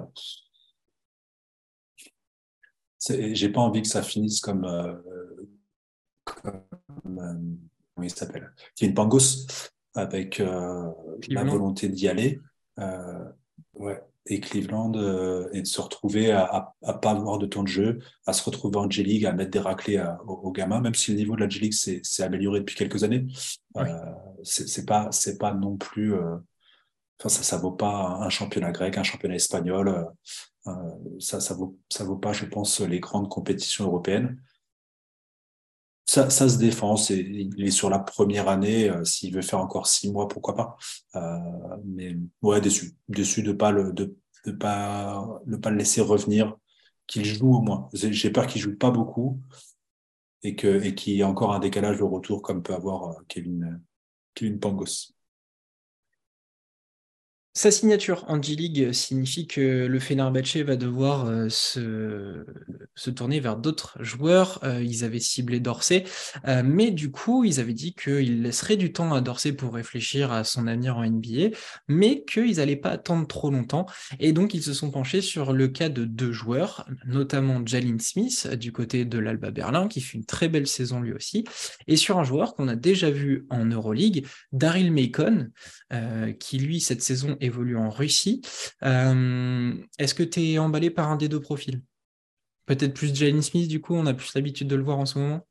c'est- j'ai pas envie que ça finisse comme, euh, comme euh, comment il s'appelle? Kevin Pangos, avec euh, la Cleveland. volonté d'y aller. Euh, ouais. Et Cleveland, euh, et de se retrouver à, à, à pas avoir de temps de jeu, à se retrouver en G-League, à mettre des raclés à- aux, aux gamins, même si le niveau de la G-League s'est s'est amélioré depuis quelques années. Oui. Euh, c'est c'est pas, c'est pas non plus, euh, enfin, ça, ça vaut pas un championnat grec, un championnat espagnol, euh, euh, ça, ça vaut, ça vaut pas, je pense, les grandes compétitions européennes. Ça, ça se défend, c'est, il est sur la première année, euh, s'il veut faire encore six mois, pourquoi pas. Euh, mais ouais, déçu, déçu de pas le, de, de pas, de pas le laisser revenir, qu'il joue au moins. J'ai j'ai peur qu'il joue pas beaucoup et que, et qu'il y ait encore un décalage de retour comme peut avoir euh, Kevin, Kevin Pangos. Sa signature en G-League signifie que le Fenerbahçe va devoir euh, se, se tourner vers d'autres joueurs. Euh, ils avaient ciblé Dorsey, euh, mais du coup, ils avaient dit qu'ils laisseraient du temps à Dorsey pour réfléchir à son avenir en N B A, mais qu'ils n'allaient pas attendre trop longtemps. Et donc, ils se sont penchés sur le cas de deux joueurs, notamment Jalen Smith du côté de l'Alba Berlin, qui fait une très belle saison lui aussi, et sur un joueur qu'on a déjà vu en Euroleague, Daryl Macon, euh, qui lui, cette saison, évolue en Russie. Euh, est-ce que tu es emballé par un des deux profils? Peut-être plus Jalen Smith, du coup, on a plus l'habitude de le voir en ce moment.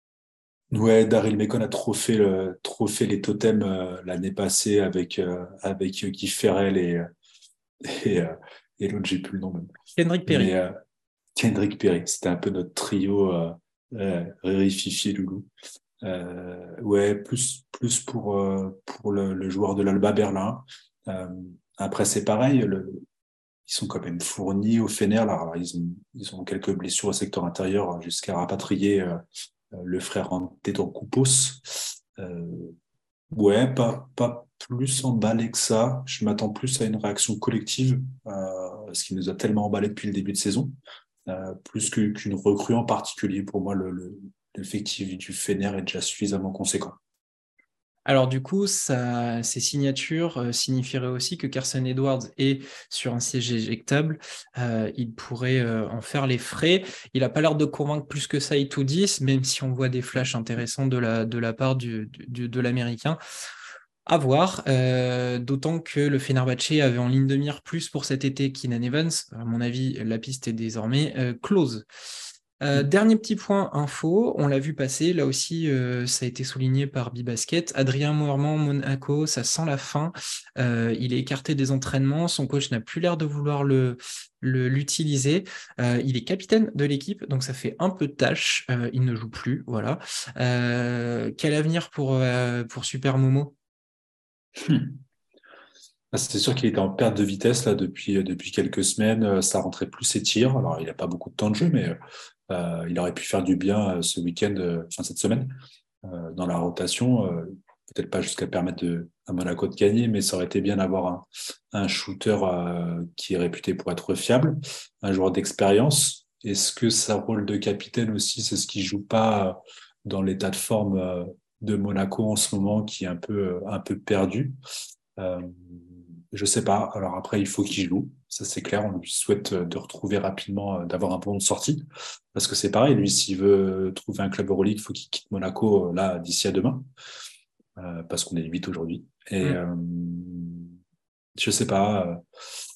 Ouais, Daryl Macon a trop fait, le, trop fait les totems euh, l'année passée avec, euh, avec Guy Ferrell et, et, euh, et l'autre, j'ai plus le nom même. Kendrick Mais Perry. euh, Kendrick Perry, c'était un peu notre trio euh, euh, Riri, Fifi, Loulou. Euh, ouais, plus, plus pour, euh, pour le, le joueur de l'Alba Berlin. Euh, après, c'est pareil, le, ils sont quand même fournis au Fener. Là. Alors, ils, ont, ils ont quelques blessures au secteur intérieur jusqu'à rapatrier euh, le frère Antetokounmpo. Euh, ouais, pas, pas plus emballé que ça. Je m'attends plus à une réaction collective, euh, ce qui nous a tellement emballé depuis le début de saison, euh, plus que, qu'une recrue en particulier. Pour moi, le, le, l'effectif du Fener est déjà suffisamment conséquent. Alors du coup, ça, ces signatures euh, signifieraient aussi que Carson Edwards est sur un siège éjectable. Euh, il pourrait euh, en faire les frais. Il n'a pas l'air de convaincre plus que ça Ito dix, même si on voit des flashs intéressants de la, de la part du, du, de l'Américain. À voir, euh, d'autant que le Fenerbahçe avait en ligne de mire plus pour cet été Keenan Evans. À mon avis, la piste est désormais euh, close. Euh, dernier petit point info, on l'a vu passer, là aussi euh, ça a été souligné par Bibasket. Adrien Moerman, Monaco, ça sent la fin. Euh, il est écarté des entraînements, son coach n'a plus l'air de vouloir le, le- l'utiliser. Euh, il est capitaine de l'équipe, donc ça fait un peu de tâche. Euh, il ne joue plus, voilà. Euh, quel avenir pour, euh, pour Super Momo? Hmm. Ah, c'est sûr qu'il était en perte de vitesse là depuis, depuis quelques semaines. Euh, Ça rentrait plus ses tirs. Alors, il n'a pas beaucoup de temps de jeu, mais euh, il aurait pu faire du bien euh, ce week-end, euh, enfin cette semaine, euh, dans la rotation. Euh, peut-être pas jusqu'à permettre de, à Monaco de gagner, mais ça aurait été bien d'avoir un, un shooter euh, qui est réputé pour être fiable, un joueur d'expérience. Est-ce que sa rôle de capitaine aussi, c'est ce qui joue pas dans l'état de forme euh, de Monaco en ce moment, qui est un peu, un peu perdu? Euh, je sais pas. Alors après, il faut qu'il joue. Ça, c'est clair. On lui souhaite euh, de retrouver rapidement, euh, d'avoir un bon de sortie. Parce que c'est pareil, lui, s'il veut trouver un club Euroleague, il faut qu'il quitte Monaco, euh, là, d'ici à demain. Euh, parce qu'on est huit aujourd'hui. Et Hmm. euh, je sais pas. Euh,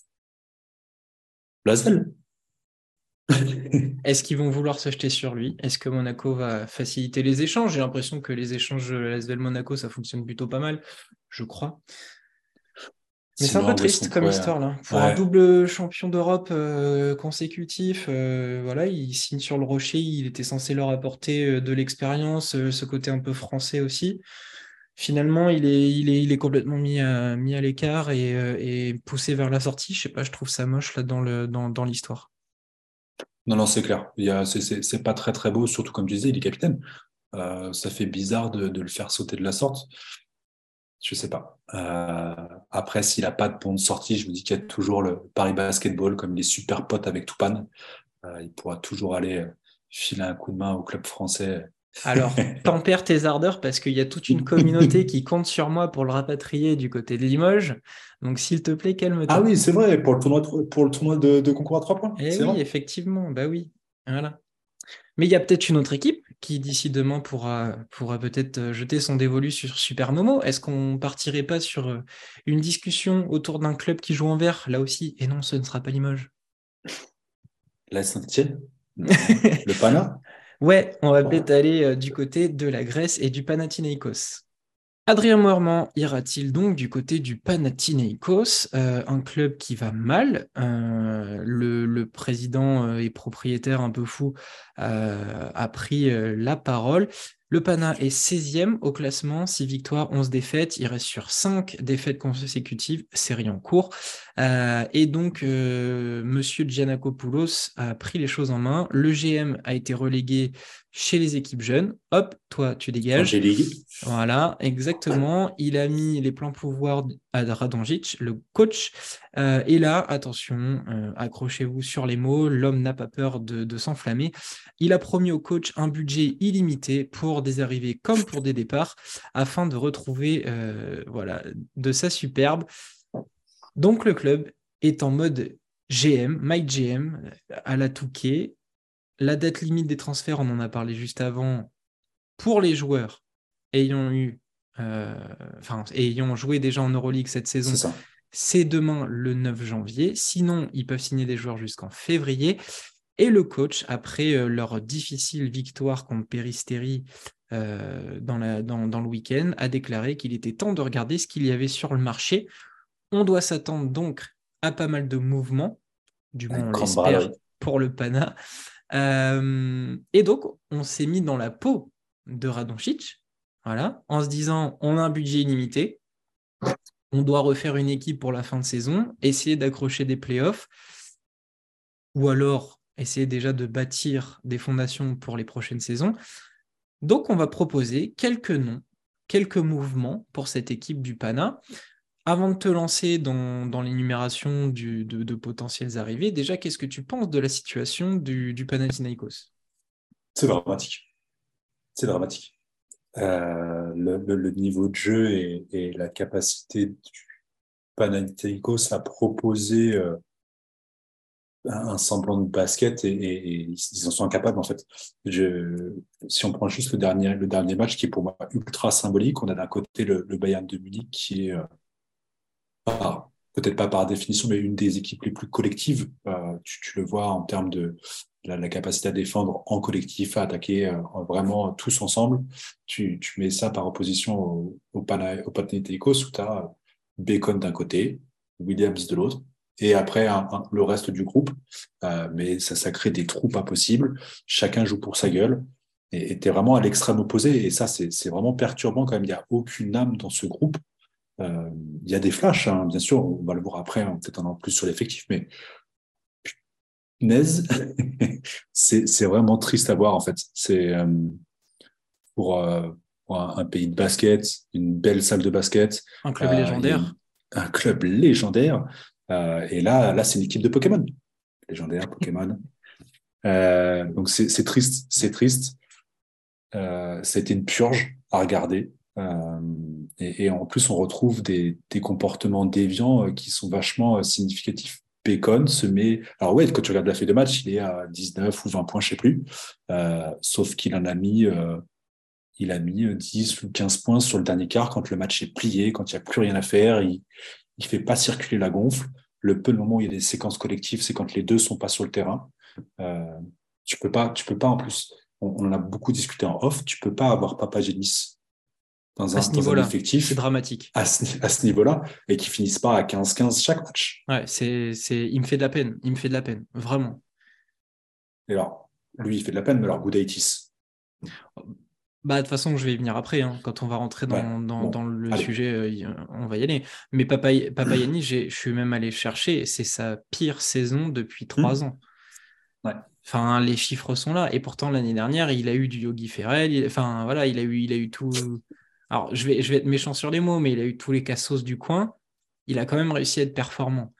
Lasvel. Est-ce qu'ils vont vouloir se jeter sur lui? Est-ce que Monaco va faciliter les échanges? J'ai l'impression que les échanges L S V Monaco, ça fonctionne plutôt pas mal, je crois. Mais c'est un peu Sinon, où est-ce triste qu'on comme pourrait... histoire là. Pour un Ouais. double champion d'Europe euh, consécutif, euh, voilà, il signe sur le Rocher, il était censé leur apporter euh, de l'expérience, euh, ce côté un peu français aussi. Finalement, il est, il est, il est complètement mis à, mis à l'écart et, euh, et poussé vers la sortie. Je sais pas, je trouve ça moche là dans le, dans, dans l'histoire. Non, non, c'est clair. Il y a, c'est, c'est, c'est pas très, très beau, surtout comme tu disais, il est capitaine. Euh, ça fait bizarre de, de le faire sauter de la sorte. Je sais pas. Euh, après, s'il a pas de bon de sortie, je me dis qu'il y a toujours le Paris Basketball, comme il est super pote avec Toupane. Euh, il pourra toujours aller euh, filer un coup de main au club français. Alors, tempère tes ardeurs parce qu'il y a toute une communauté qui compte sur moi pour le rapatrier du côté de Limoges. Donc, s'il te plaît, Ah calme-toi. oui, c'est vrai, pour le tournoi, de- pour le tournoi de, de concours à trois points, Eh c'est vrai. oui, effectivement, bah oui. Voilà. Mais il y a peut-être une autre équipe qui, d'ici demain, pourra, pourra peut-être euh, jeter son dévolu sur Super Momo. Est-ce qu'on partirait pas sur euh, une discussion autour d'un club qui joue en vert, là aussi? Et non, ce ne sera pas Limoges. La Saint-Étienne? Non. Le Pana? Ouais, on va peut-être aller euh, du côté de la Grèce et du Panathinaikos. Adrien Moerman ira-t-il donc du côté du Panathinaikos, euh, un club qui va mal? Euh, le, le président euh, et propriétaire un peu fou euh, a pris euh, la parole. Le Pana est seizième au classement, six victoires, onze défaites. Il reste sur cinq défaites consécutives, série en cours. Euh, et donc, euh, Monsieur Giannakopoulos a pris les choses en main. Le G M a été relégué chez les équipes jeunes. Hop, toi, tu En dégages. G-League. Voilà, exactement. Il a mis les plans pouvoir à Radonjic, le coach. Euh, et là, attention, euh, accrochez-vous sur les mots, l'homme n'a pas peur de, de s'enflammer. Il a promis au coach un budget illimité pour des arrivées comme pour des départs, afin de retrouver euh, voilà, de sa superbe. Donc le club est en mode G M, Mike G M, à la Touquet. La date limite des transferts, on en a parlé juste avant, pour les joueurs ayant eu, euh, enfin, ayant joué déjà en Euroleague cette saison, C'est ça. c'est demain le neuf janvier. Sinon, ils peuvent signer des joueurs jusqu'en février. Et le coach, après euh, leur difficile victoire contre Peristeri euh, dans, la, dans, dans le week-end, a déclaré qu'il était temps de regarder ce qu'il y avait sur le marché. On doit s'attendre donc à pas mal de mouvements, du moins on Grande l'espère braderie. pour le Pana. Euh, et donc, on s'est mis dans la peau de Radonjic, voilà, en se disant, on a un budget illimité, on doit refaire une équipe pour la fin de saison, essayer d'accrocher des playoffs, ou alors essayer déjà de bâtir des fondations pour les prochaines saisons. Donc, on va proposer quelques noms, quelques mouvements pour cette équipe du Pana. Avant de te lancer dans, dans l'énumération du, de, de potentielles arrivées, déjà, qu'est-ce que tu penses de la situation du, du Panathinaikos? C'est dramatique. C'est dramatique. Euh, le, le, le niveau de jeu et, et la capacité du Panathinaikos à proposer euh, un, un semblant de basket et, et, et ils en sont incapables en fait. Je, si on prend juste le dernier, le dernier match qui est pour moi ultra symbolique, on a d'un côté le, le Bayern de Munich qui est euh, par- peut-être pas par définition, mais une des équipes les plus collectives. Euh, tu, tu le vois en termes de la, la capacité à défendre en collectif, à attaquer euh, vraiment tous ensemble. Tu, tu mets ça par opposition au, au, Pana- au Panathinaikos où tu as Bacon d'un côté, Williams de l'autre, et après un- un- le reste du groupe. Euh, mais ça, ça crée des trous pas possibles. Chacun joue pour sa gueule. Et tu es vraiment à l'extrême opposé. Et ça, c'est c'est vraiment perturbant quand même. Il n'y a aucune âme dans ce groupe. Euh, Il y a des flashs, hein, bien sûr, on va le voir après, hein, peut-être en plus sur l'effectif, mais punaise, c'est c'est vraiment triste à voir en fait. C'est euh, pour, euh, pour un, un pays de basket, une belle salle de basket, Un club euh, il y a une- légendaire. un club légendaire, euh, et là, là c'est une équipe de Pokémon, légendaire Pokémon. Euh, donc c'est c'est triste, c'est triste. Euh, ça a été une purge à regarder. Euh, et, et en plus, on retrouve des, des comportements déviants euh, qui sont vachement euh, significatifs. Bacon se met. Alors, ouais, quand tu regardes la feuille de match, il est à dix-neuf ou vingt points, je sais plus. Euh, sauf qu'il en a mis, euh, il a mis euh, dix ou quinze points sur le dernier quart quand le match est plié, quand il n'y a plus rien à faire. Il ne fait pas circuler la gonfle. Le peu de moments où il y a des séquences collectives, c'est quand les deux sont pas sur le terrain. Euh, tu peux pas, tu peux pas en plus. On, on en a beaucoup discuté en off. Tu peux pas avoir Papagenis dans À un ce dans un niveau-là, c'est effectif dramatique. à ce, à ce niveau-là et qui finissent pas à quinze quinze chaque match. Ouais, c'est, c'est, il me fait de la peine. Il me fait de la peine, vraiment. Et alors, lui, il fait de la peine, mais alors Gudaitis, Bah, de toute façon, je vais y venir après, hein. Quand on va rentrer ouais, dans, dans, bon, dans le allez. sujet, euh, y- on va y aller. Mais Papa, Papayani, j'ai, je suis même allé chercher, c'est sa pire saison depuis trois Hmm. ans. Ouais. Enfin, les chiffres sont là. Et pourtant, l'année dernière, il a eu du Yogi Ferrell. il- Enfin, voilà, il a eu, il a eu tout. Alors, je vais, je vais être méchant sur les mots, mais il a eu tous les cassos du coin. Il a quand même réussi à être performant.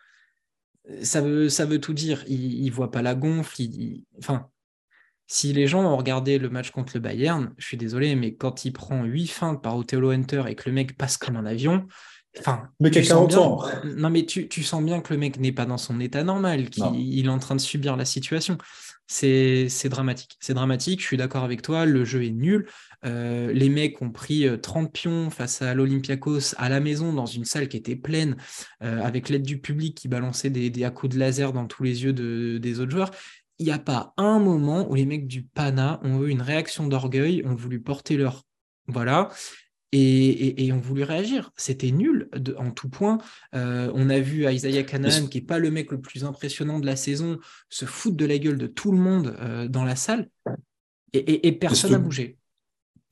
Ça veut, ça veut tout dire. Il, il voit pas la gonfle. il- il- Enfin, si les gens ont regardé le match contre le Bayern, je suis désolé, mais quand il prend huit feintes par Othello Hunter et que le mec passe comme un avion, enfin, Mais qui a tu sens quarante bien. ans. Non, mais tu, tu sens bien que le mec n'est pas dans son état normal, qu'il Non. il est en train de subir la situation. C'est, c'est dramatique. C'est dramatique, je suis d'accord avec toi, le jeu est nul. Euh, les mecs ont pris euh, trente pions face à l'Olympiakos à la maison dans une salle qui était pleine, euh, avec l'aide du public qui balançait des, des à coups de laser dans tous les yeux de- des autres joueurs. Il n'y a pas un moment où les mecs du Pana ont eu une réaction d'orgueil, ont voulu porter leur. Voilà. Et, et, et ont voulu réagir. C'était nul de, en tout point. Euh, on a vu Isaiah Canaan, qui n'est pas le mec le plus impressionnant de la saison, se foutre de la gueule de tout le monde euh, dans la salle. Et, et, et Et personne n'a surtout, bougé.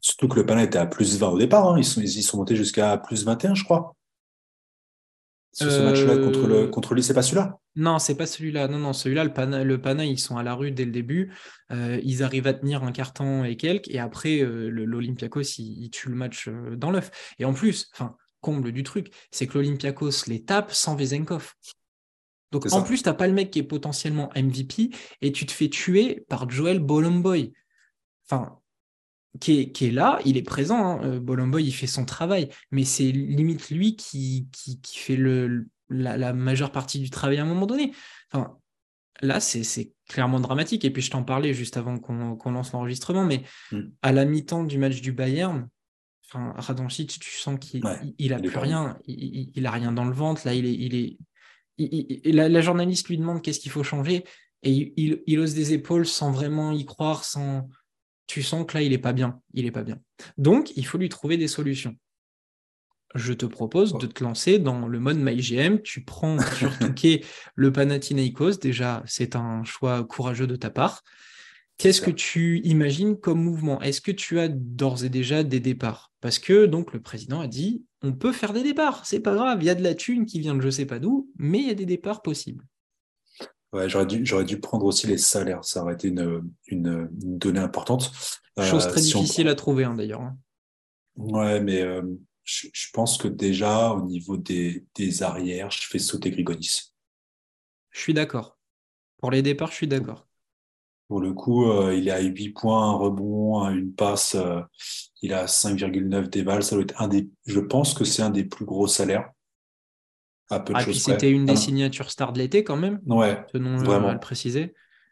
Surtout que le Pana était à plus vingt au départ. Hein. Ils sont, ils y sont montés jusqu'à plus vingt et un, je crois. Sur ce match-là contre le Euh, contre lui, c'est pas celui-là? Non, c'est pas celui-là. Non, non, celui-là, le Pana, le Pana, ils sont à la rue dès le début. Euh, ils arrivent à tenir un carton et quelques. Et après, euh, le- l'Olympiakos, il, il tue le match euh, dans l'œuf. Et en plus, enfin, comble du truc, c'est que l'Olympiakos les tape sans Vezenkov. Donc C'est en ça. plus, t'as pas le mec qui est potentiellement M V P et tu te fais tuer par Joel Bolomboy. Enfin, qui est, qui est là, il est présent. Hein. Euh, Bolomboy, il fait son travail, mais c'est limite lui qui, qui, qui fait le, la, la majeure partie du travail à un moment donné. Enfin, là, c'est c'est clairement dramatique. Et puis, je t'en parlais juste avant qu'on qu'on lance l'enregistrement, mais Mm. à la mi-temps du match du Bayern, enfin, Radonjic, tu sens qu'il Ouais, il, il a il est plus pas bien. rien. Il, il, il a rien dans le ventre. Là, il est, il est, il- il- il- la, la journaliste lui demande qu'est-ce qu'il faut changer et il, il, il hausse des épaules sans vraiment y croire, sans. Tu sens que là, il est pas bien. Il est pas bien. Donc, il faut lui trouver des solutions. Je te propose de Ouais. te lancer dans le mode MyGM. Tu prends sur Touquet le Panathinaikos. Déjà, c'est un choix courageux de ta part. C'est Qu'est-ce que sûr. tu imagines comme mouvement? Est-ce que tu as d'ores et déjà des départs? Parce que donc le président a dit on peut faire des départs, c'est pas grave, il y a de la thune qui vient de je sais pas d'où, mais il y a des départs possibles. Ouais, j'aurais dû, j'aurais dû prendre aussi les salaires. Ça aurait été une, une, une donnée importante. Chose Euh, très si on difficile à prend, trouver hein, d'ailleurs. Hein. ouais, mais euh, je, je pense que déjà au niveau des, des arrières, je fais sauter Grigonis. Je suis d'accord. Pour les départs, je suis d'accord. Pour le coup, euh, il est à huit points, un rebond, un- une passe. Euh, il a cinq virgule neuf d'éval. Ça doit être un des, je pense que c'est un des plus gros salaires, à peu de Ah, et puis choses c'était près. une Ah des non. signatures stars de l'été quand même, Ouais, tenons-le à le vraiment. préciser.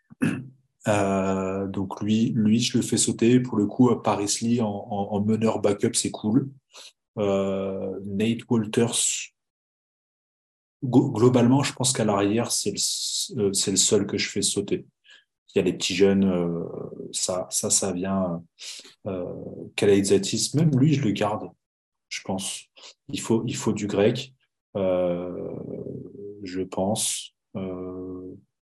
Euh, donc lui, lui, je le fais sauter. Pour le coup, Paris Lee en, en, en meneur backup, c'est cool. Euh, Nate Walters, go- globalement, je pense qu'à l'arrière, c'est le, s- euh, c'est le seul que je fais sauter. Il y a les petits jeunes, euh, ça, ça, ça vient. Euh, Kalaitzakis, même lui, je le garde, je pense. Il faut, il faut du grec, euh, je pense. Euh,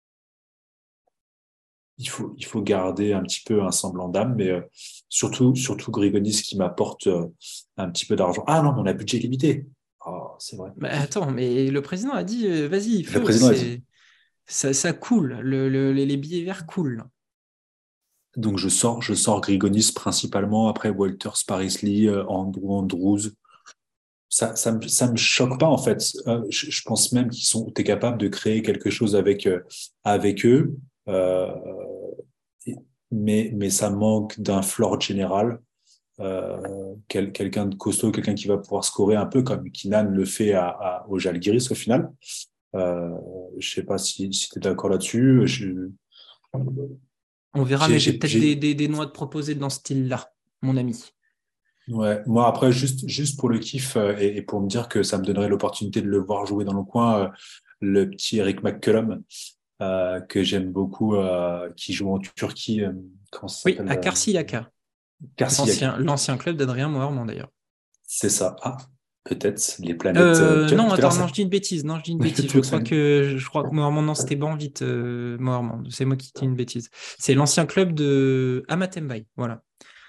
il faut, il faut garder un petit peu un semblant d'âme, mais euh, surtout, surtout Grigonis qui m'apporte euh, un petit peu d'argent. Ah non, mais on a budget limité. Ah, c'est vrai. Bah, attends, mais le président a dit euh, vas-y, Le feu, président a dit. c'est ça, ça coule, le, le- les les billets verts coulent. Donc je sors, je sors Grigonis principalement, après Walters, Paris Lee, euh, Andrew Andrews. Ça, ça me, ça me choque pas en fait. Euh, je, je pense même qu'ils sont, t'es capable de créer quelque chose avec euh, avec eux, euh, mais mais ça manque d'un floor général, euh, quel, quelqu'un de costaud, quelqu'un qui va pouvoir scorer un peu comme Kinan le fait à, à, au Žalgiris au final. Euh, je sais pas si, si tu es d'accord là-dessus. Je- On verra, J'ai, mais j'ai j'ai, peut-être des, j'ai, des, des noix de proposer dans ce style-là, mon ami. ouais. Moi, après, juste, juste pour le kiff euh, et, et pour me dire que ça me donnerait l'opportunité de le voir jouer dans le coin, euh, le petit Eric McCullum, euh, que j'aime beaucoup, euh, qui joue en Turquie, euh, comment ça Oui, s'appelle à euh, Karşıyaka, Karşıyaka. l'ancien, l'ancien club d'Adrien Moerman d'ailleurs. C'est ça. Ah, peut-être les planètes. euh, Euh, tu vois, non, tout à l'heure, attends, ça. non, je dis une bêtise. Non, je dis une bêtise. Je Tout ça. crois que je crois que Moerman, non, c'était Banvit, euh, Moerman. C'est moi qui dis une bêtise. C'est l'ancien club de Amathembaye. Voilà.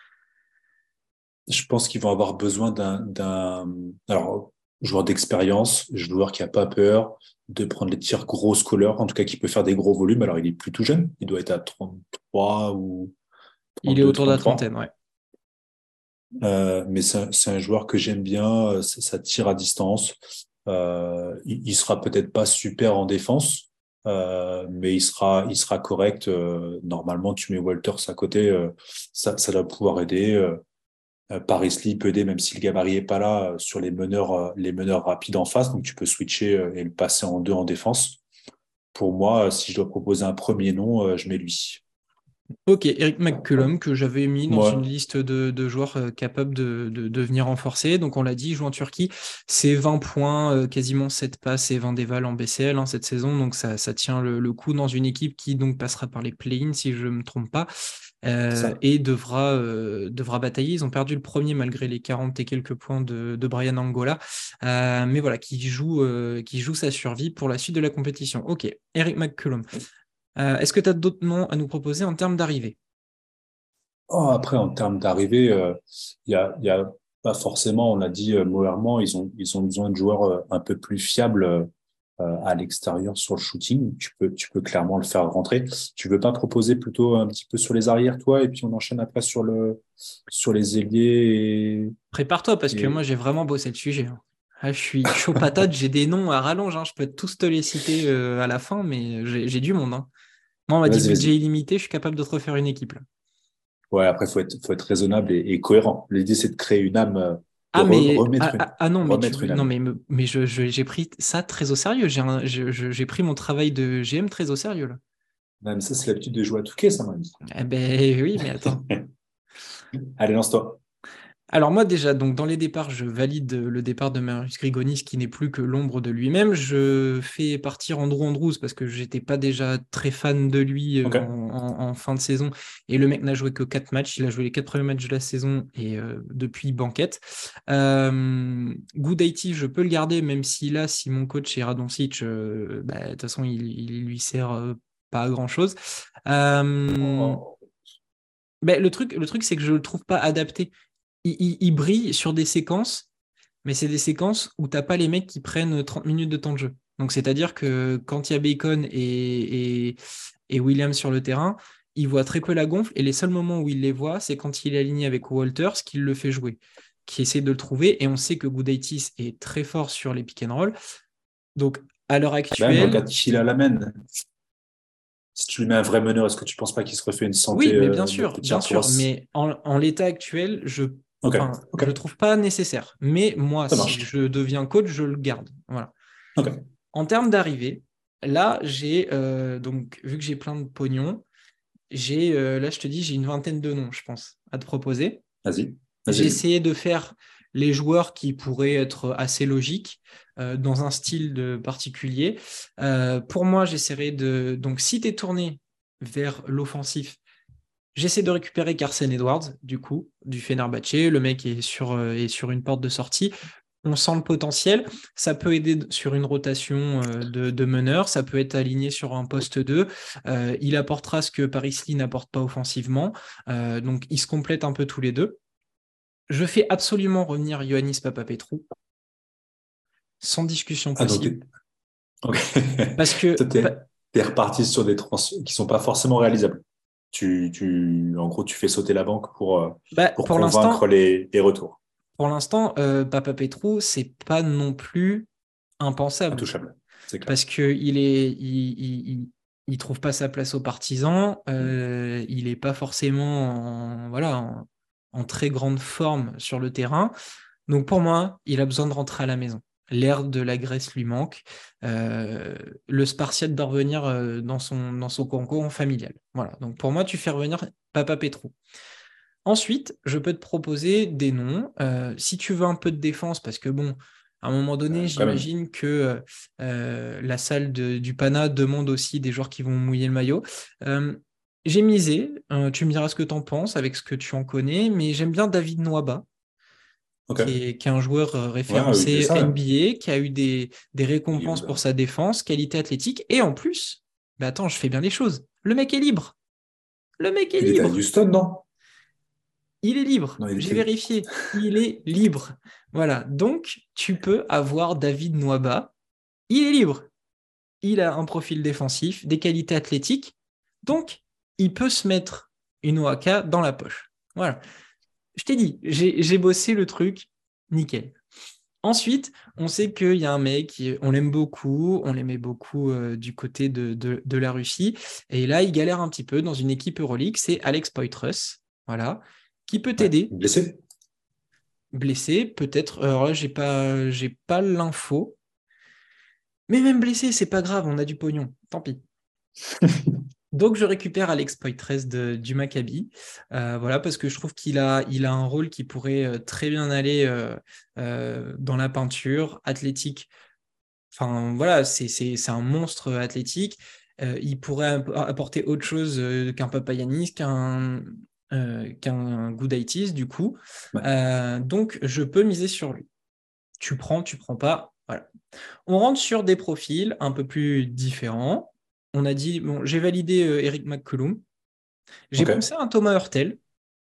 Je pense qu'ils vont avoir besoin d'un, d'un, alors, joueur d'expérience, joueur qui a pas peur de prendre les tirs gros scoleurs, en tout cas qui peut faire des gros volumes. Alors, il est plutôt jeune, il doit être à trente-trois ou Il est trente-deux, autour de la trente-trois. trentaine, ouais. Euh, mais c'est un, c'est un joueur que j'aime bien, euh, ça, ça tire à distance. Euh, il, il sera peut-être pas super en défense, euh, mais il sera, il sera correct. Euh, normalement, tu mets Walters à côté, euh, ça, ça doit pouvoir aider. Euh, Euh, Paris Lee peut aider, même si le gabarit est pas là, euh, sur les meneurs, euh, les meneurs rapides en face. Donc, tu peux switcher euh, et le passer en deux en défense. Pour moi, euh, si je dois proposer un premier nom, euh, je mets lui. Ok, Eric McCullum, que j'avais mis dans une Moi, liste de, de joueurs euh, capables de, de, de venir renforcer. Donc, on l'a dit, il joue en Turquie. C'est vingt points, euh, quasiment sept passes et vingt dévals en B C L hein, cette saison. Donc, ça, ça tient le, le coup dans une équipe qui donc passera par les play-ins, si je ne me trompe pas, euh, ça, et devra, euh, devra batailler. Ils ont perdu le premier malgré les quarante et quelques points de, de Brian Angola. Euh, mais voilà, qui joue, euh, qui joue sa survie pour la suite de la compétition. Ok, Eric McCullum. Euh, est-ce que tu as d'autres noms à nous proposer en termes d'arrivée? Oh, après, en termes d'arrivée, euh, il y a, il y a pas forcément, on l'a dit, euh, Moerman, ils ont, ils ont besoin de joueurs euh, un peu plus fiables euh, à l'extérieur sur le shooting. Tu peux, tu peux clairement le faire rentrer. Tu veux pas proposer plutôt un petit peu sur les arrières, toi, et puis on enchaîne après sur le, sur les ailiers Prépare-toi parce et, que moi, et... j'ai vraiment bossé le sujet. hein. Ah, je suis chaud patate, j'ai des noms à rallonge. hein. Je peux tous te les citer euh, à la fin, mais j'ai j'ai du monde. hein. Moi, on m'a dit Vas-y, budget vas-y. illimité, je suis capable de te refaire une équipe. là. Ouais, après, faut être, faut être raisonnable et, et cohérent. L'idée, c'est de créer une âme, euh, de Ah, re- mais remettre ah, une, ah, ah non, mais tu remettre veux une non âme. mais me- mais je, je- j'ai pris ça très au sérieux. J'ai un- je- je- j'ai pris mon travail de G M très au sérieux là. Même ça, c'est l'habitude de jouer à Touquet, ça m'a dit. Eh ben oui, mais attends. Allez, lance-toi. Alors moi déjà, donc dans les départs, je valide le départ de Marius Grigonis qui n'est plus que l'ombre de lui-même. Je fais partir Andrew Andrews parce que j'étais pas déjà très fan de lui euh, Ok. en, en- en fin de saison. Et le mec n'a joué que quatre matchs. Il a joué les quatre premiers matchs de la saison et euh, depuis banquette. Euh, Gudaitis, je peux le garder même si là, si mon coach est Radonjic, euh, bah, de toute façon, il, il lui sert euh, pas à grand-chose. Euh, Oh. ben, le truc, le truc, c'est que je le trouve pas adapté il, il- il brille sur des séquences, mais c'est des séquences où t'as pas les mecs qui prennent trente minutes de temps de jeu. Donc, c'est-à-dire que quand il y a Bacon et, et, et Williams sur le terrain, il voit très peu la gonfle et les seuls moments où il les voit, c'est quand il est aligné avec Walters qu'il le fait jouer, qui essaie de le trouver. Et on sait que Gudaitis est très fort sur les pick and roll. Donc, à l'heure Ben, actuelle, regarde qui il a l'amène. Si tu lui mets un vrai meneur, est-ce que tu penses pas qu'il se refait une santé, oui, mais bien euh, notre sûr, petit bien sûr. Arturas? Mais en, en l'état actuel, je Ok, enfin, ok, je trouve pas nécessaire. Mais moi, ça si marche. je deviens coach, je le garde. Voilà. Ok, En termes d'arrivée, là, j'ai euh, donc vu que j'ai plein de pognon, j'ai euh, là, je te dis, j'ai une vingtaine de noms, je pense, à te proposer. vas-y, vas-y, J'ai vas-y. essayé de faire les joueurs qui pourraient être assez logiques euh, dans un style de particulier. Euh, pour moi, j'essaierai de donc si tu es tourné vers l'offensif, j'essaie de récupérer Carson Edwards, du coup, du Fenerbahçe. Le mec est sur, euh, est sur une porte de sortie. On sent le potentiel. Ça peut aider sur une rotation euh, de, de meneur. Ça peut être aligné sur un poste deux. Euh, il apportera ce que Paris Lee n'apporte pas offensivement. Euh, donc, ils se complètent un peu tous les deux. Je fais absolument revenir Ioannis Papapetrou, sans discussion Ah, donc, possible. t'es- ok. Parce que, Toi, t'es, t'es reparti sur des trans qui sont pas forcément réalisables. Tu, tu, en gros, tu fais sauter la banque pour, euh, bah, pour pour convaincre l'instant, les, les retours. pour l'instant, euh, Papapetrou, c'est pas non plus impensable. Intouchable, c'est clair. Parce qu'il est, il, il, il, il trouve pas sa place aux partisans, euh, il est pas forcément en, voilà, en, en très grande forme sur le terrain. Donc pour moi, il a besoin de rentrer à la maison. L'air de la Grèce lui manque. Euh, le Spartiate doit revenir euh, dans son, dans son cocon familial. Voilà. Donc pour moi, tu fais revenir Papa Petrou. Ensuite, je peux te proposer des noms. Euh, si tu veux un peu de défense, parce que bon, à un moment donné, Euh, quand même. j'imagine que euh, la salle de- du Pana demande aussi des joueurs qui vont mouiller le maillot. Euh, j'ai misé, euh, tu me diras ce que tu en penses avec ce que tu en connais, mais j'aime bien David Nwaba, Ok. qui est, qui est un joueur euh, Ouais, oui, référencé ça, ouais. N B A, qui a eu des, des Oui, récompenses pour oula. sa défense, qualité athlétique, et en plus, bah attends, je fais bien les choses. Le mec est libre. Le mec est Il était à libre. Houston, non? Il est libre. Non, il J'ai était. vérifié. Il est libre. Voilà. Donc, tu peux avoir David Nwaba. Il est libre. Il a un profil défensif, des qualités athlétiques. Donc, il peut se mettre une O A K dans la poche. Voilà. Je t'ai dit, j'ai j'ai bossé le truc. Nickel. Ensuite, on sait qu'il y a un mec, on l'aime beaucoup, on l'aimait beaucoup euh, du côté de, de, de la Russie. Et là, il galère un petit peu dans une équipe Euroleague. C'est Alex Poitras. Voilà. Qui peut Ouais. t'aider Blessé? blessé, peut-être. Alors là, j'ai pas, j'ai pas l'info. Mais même blessé, c'est pas grave, on a du pognon. Tant pis. Donc je récupère Alex Poitres de, du Maccabi, euh, voilà, parce que je trouve qu'il a, il a un rôle qui pourrait euh, très bien aller euh, euh, dans la peinture, athlétique. Enfin voilà, c'est, c'est, c'est un monstre athlétique. Euh, il pourrait apporter autre chose euh, qu'un Papayanis, qu'un euh, qu'un Gudaitis, du coup. Ouais. Euh, donc je peux miser sur lui. Tu prends, tu prends pas. Voilà. On rentre sur des profils un peu plus différents. On a dit, bon, j'ai validé euh, Eric McCollum. J'ai Ok. pensé à un Thomas Hurtel.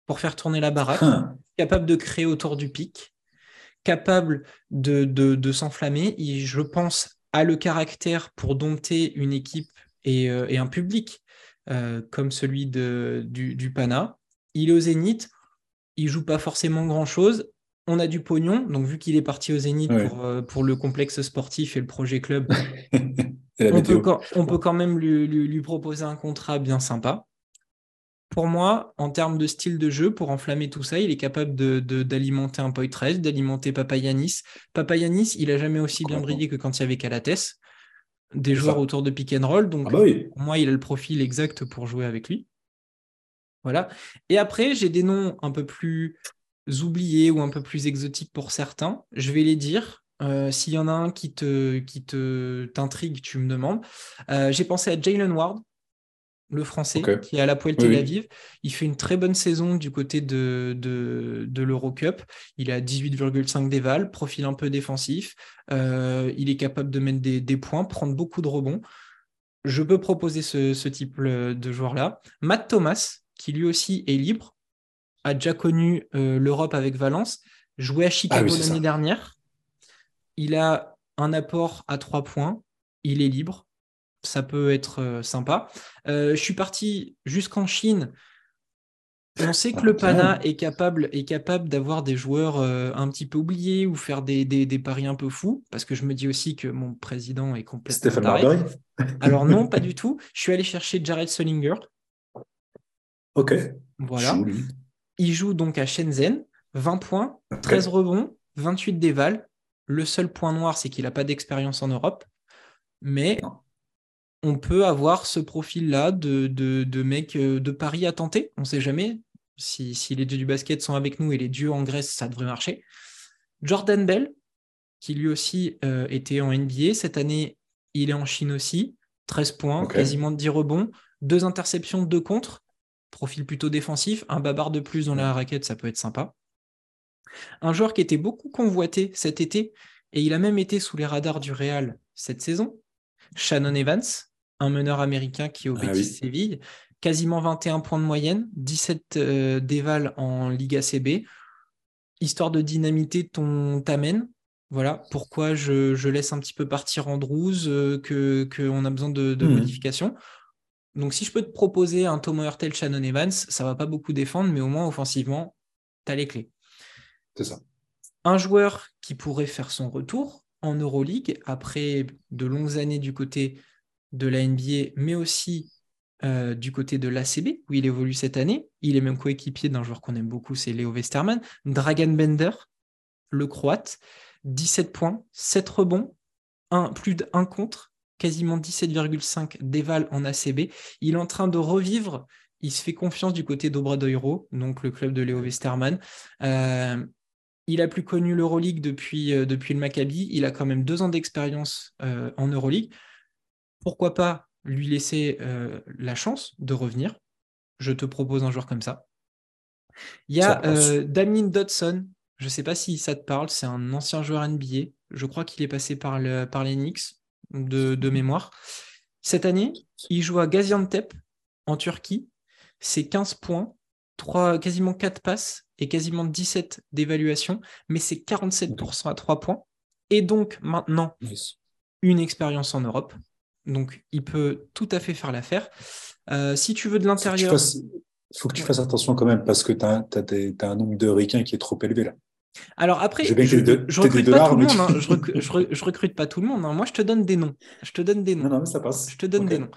pour faire tourner la baraque, Hein. capable de créer autour du pic, capable de, de, de s'enflammer. Et je pense a le caractère pour dompter une équipe et, euh, et un public euh, comme celui de, du, du Pana. Il est au Zénith, il joue pas forcément grand-chose. On a du pognon, donc vu qu'il est parti au Zénith Ouais. pour, euh, pour le complexe sportif et le projet club, Et la on peut, météo. quand, on peut quand même lui, lui, lui proposer un contrat bien sympa. Pour moi, en termes de style de jeu, pour enflammer tout ça, il est capable de, de, d'alimenter un Poitras, d'alimenter Papagiannis. Papagiannis, il a jamais aussi bien Complètement. brillé que quand il y avait Calates, des C'est joueurs ça. autour de pick and roll. Ah Donc, bah oui. pour moi, il a le profil exact pour jouer avec lui. Voilà. Et après, j'ai des noms un peu plus oubliés ou un peu plus exotiques pour certains. Je vais les dire. Euh, s'il y en a un qui te, qui te t'intrigue, tu me demandes. Euh, j'ai pensé à Jalen Ward, le Ok. français, qui est à l'Hapoel Oui, Tel oui. Aviv. Il fait une très bonne saison du côté de, de, de l'Eurocup. Il a dix-huit virgule cinq d'éval, profil un peu défensif. Euh, il est capable de mettre des, des points, prendre beaucoup de rebonds. Je peux proposer ce, ce type de joueur-là. Matt Thomas, qui lui aussi est libre, a déjà connu euh, l'Europe avec Valence, joué à Ah oui, Chicago c'est l'année ça. dernière. Il a un apport à trois points. Il est libre. Ça peut être euh, sympa. Euh, je suis parti jusqu'en Chine. On sait que Ah, le Pana bien. est capable, est capable d'avoir des joueurs euh, un petit peu oubliés ou faire des, des, des paris un peu fous, parce que je me dis aussi que mon président est complètement Stéphane taré. Marbury. Alors non, pas du tout. Je suis allé chercher Jared Solinger. Ok. Voilà. Chou, lui. Il joue donc à Shenzhen. vingt points, treize Ok. rebonds, vingt-huit dévals. Le seul point noir, c'est qu'il n'a pas d'expérience en Europe. Mais Non. on peut avoir ce profil-là de, de, de mec euh, de Paris à tenter. On ne sait jamais. Si, si les dieux du basket sont avec nous et les dieux en Grèce, ça devrait marcher. Jordan Bell, qui lui aussi euh, était en N B A. Cette année, il est en Chine aussi. treize points, Ok. quasiment dix rebonds, deux interceptions, deux contre. Profil plutôt défensif. Un babar de plus dans Ouais. la raquette, ça peut être sympa. Un joueur qui était beaucoup convoité cet été, et il a même été sous les radars du Real cette saison. Shannon Evans, un meneur américain qui est au Ah Betis oui. Séville, quasiment vingt et un points de moyenne, dix-sept euh, d'éval en Liga C B, histoire de dynamiter ton t'amène. Voilà pourquoi je, je, laisse un petit peu partir Andrews, euh, que qu'on a besoin de, de Mhm. modifications. Donc si je peux te proposer un Tomo Hurtel, Shannon Evans, ça va pas beaucoup défendre, mais au moins offensivement, tu as les clés. C'est ça. Un joueur qui pourrait faire son retour en Euroleague après de longues années du côté de la N B A, mais aussi euh, du côté de l'A C B, où il évolue cette année. Il est même coéquipier d'un joueur qu'on aime beaucoup, c'est Léo Westerman. Dragan Bender, le Croate, dix-sept points, sept rebonds, un, plus d'un contre, quasiment dix-sept virgule cinq d'éval en A C B. Il est en train de revivre. Il se fait confiance du côté d'Obradoiro, donc le club de Léo Westerman. Euh, il a plus connu l'Euroleague depuis, euh, depuis le Maccabi. Il a quand même deux ans d'expérience euh, en Euroleague. Pourquoi pas lui laisser euh, la chance de revenir? Je te propose un joueur comme ça. Il y Ça a euh, passe. Damien Dodson. Je ne sais pas si ça te parle. C'est un ancien joueur N B A. Je crois qu'il est passé par, le, par les Knicks de, de mémoire. Cette année, il joue à Gaziantep en Turquie. C'est quinze points, trois, quasiment quatre passes et quasiment dix-sept d'évaluation, mais c'est quarante-sept pour cent à trois points. Et donc maintenant, Nice. une expérience en Europe. Donc il peut tout à fait faire l'affaire. Euh, si tu veux de Faut que tu l'intérieur, fasses, faut que tu ouais. fasses attention quand même parce que tu as, un nombre de ricains qui est trop élevé là. Alors Je après, veux bien je, que tu je aies des recrute pas tout dollars, le mais monde. Hein. tu... Je, recrute, je, re, je, recrute pas tout le monde. Hein. Moi, je te donne des noms. Je te donne des Non, noms. non, mais ça Je passe. te donne Ok. des noms.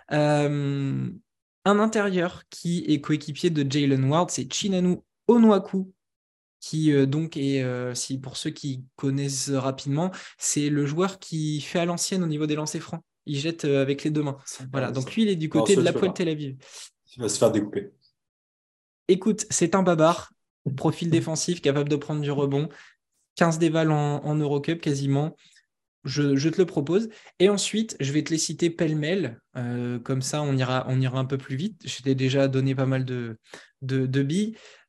Euh, un intérieur qui est coéquipier de Jalen Ward, c'est Chinanu Onuaku, qui euh, donc est, euh, si pour ceux qui connaissent rapidement, c'est le joueur qui fait à l'ancienne au niveau des lancers francs. Il jette euh, avec les deux mains. Ça me Voilà, parle de donc ça. lui, il est du Non, côté de celui-là, tu peux l'Hapoel pas. Tel Aviv. Il va se faire découper. Écoute, c'est un babar, profil défensif, capable de prendre du rebond, quinze dévals en, en Eurocup quasiment. Je, je, te le propose. Et ensuite, je vais te les citer pêle-mêle. Euh, comme ça, on ira, on ira un peu plus vite. Je t'ai déjà donné pas mal de, de, de billes.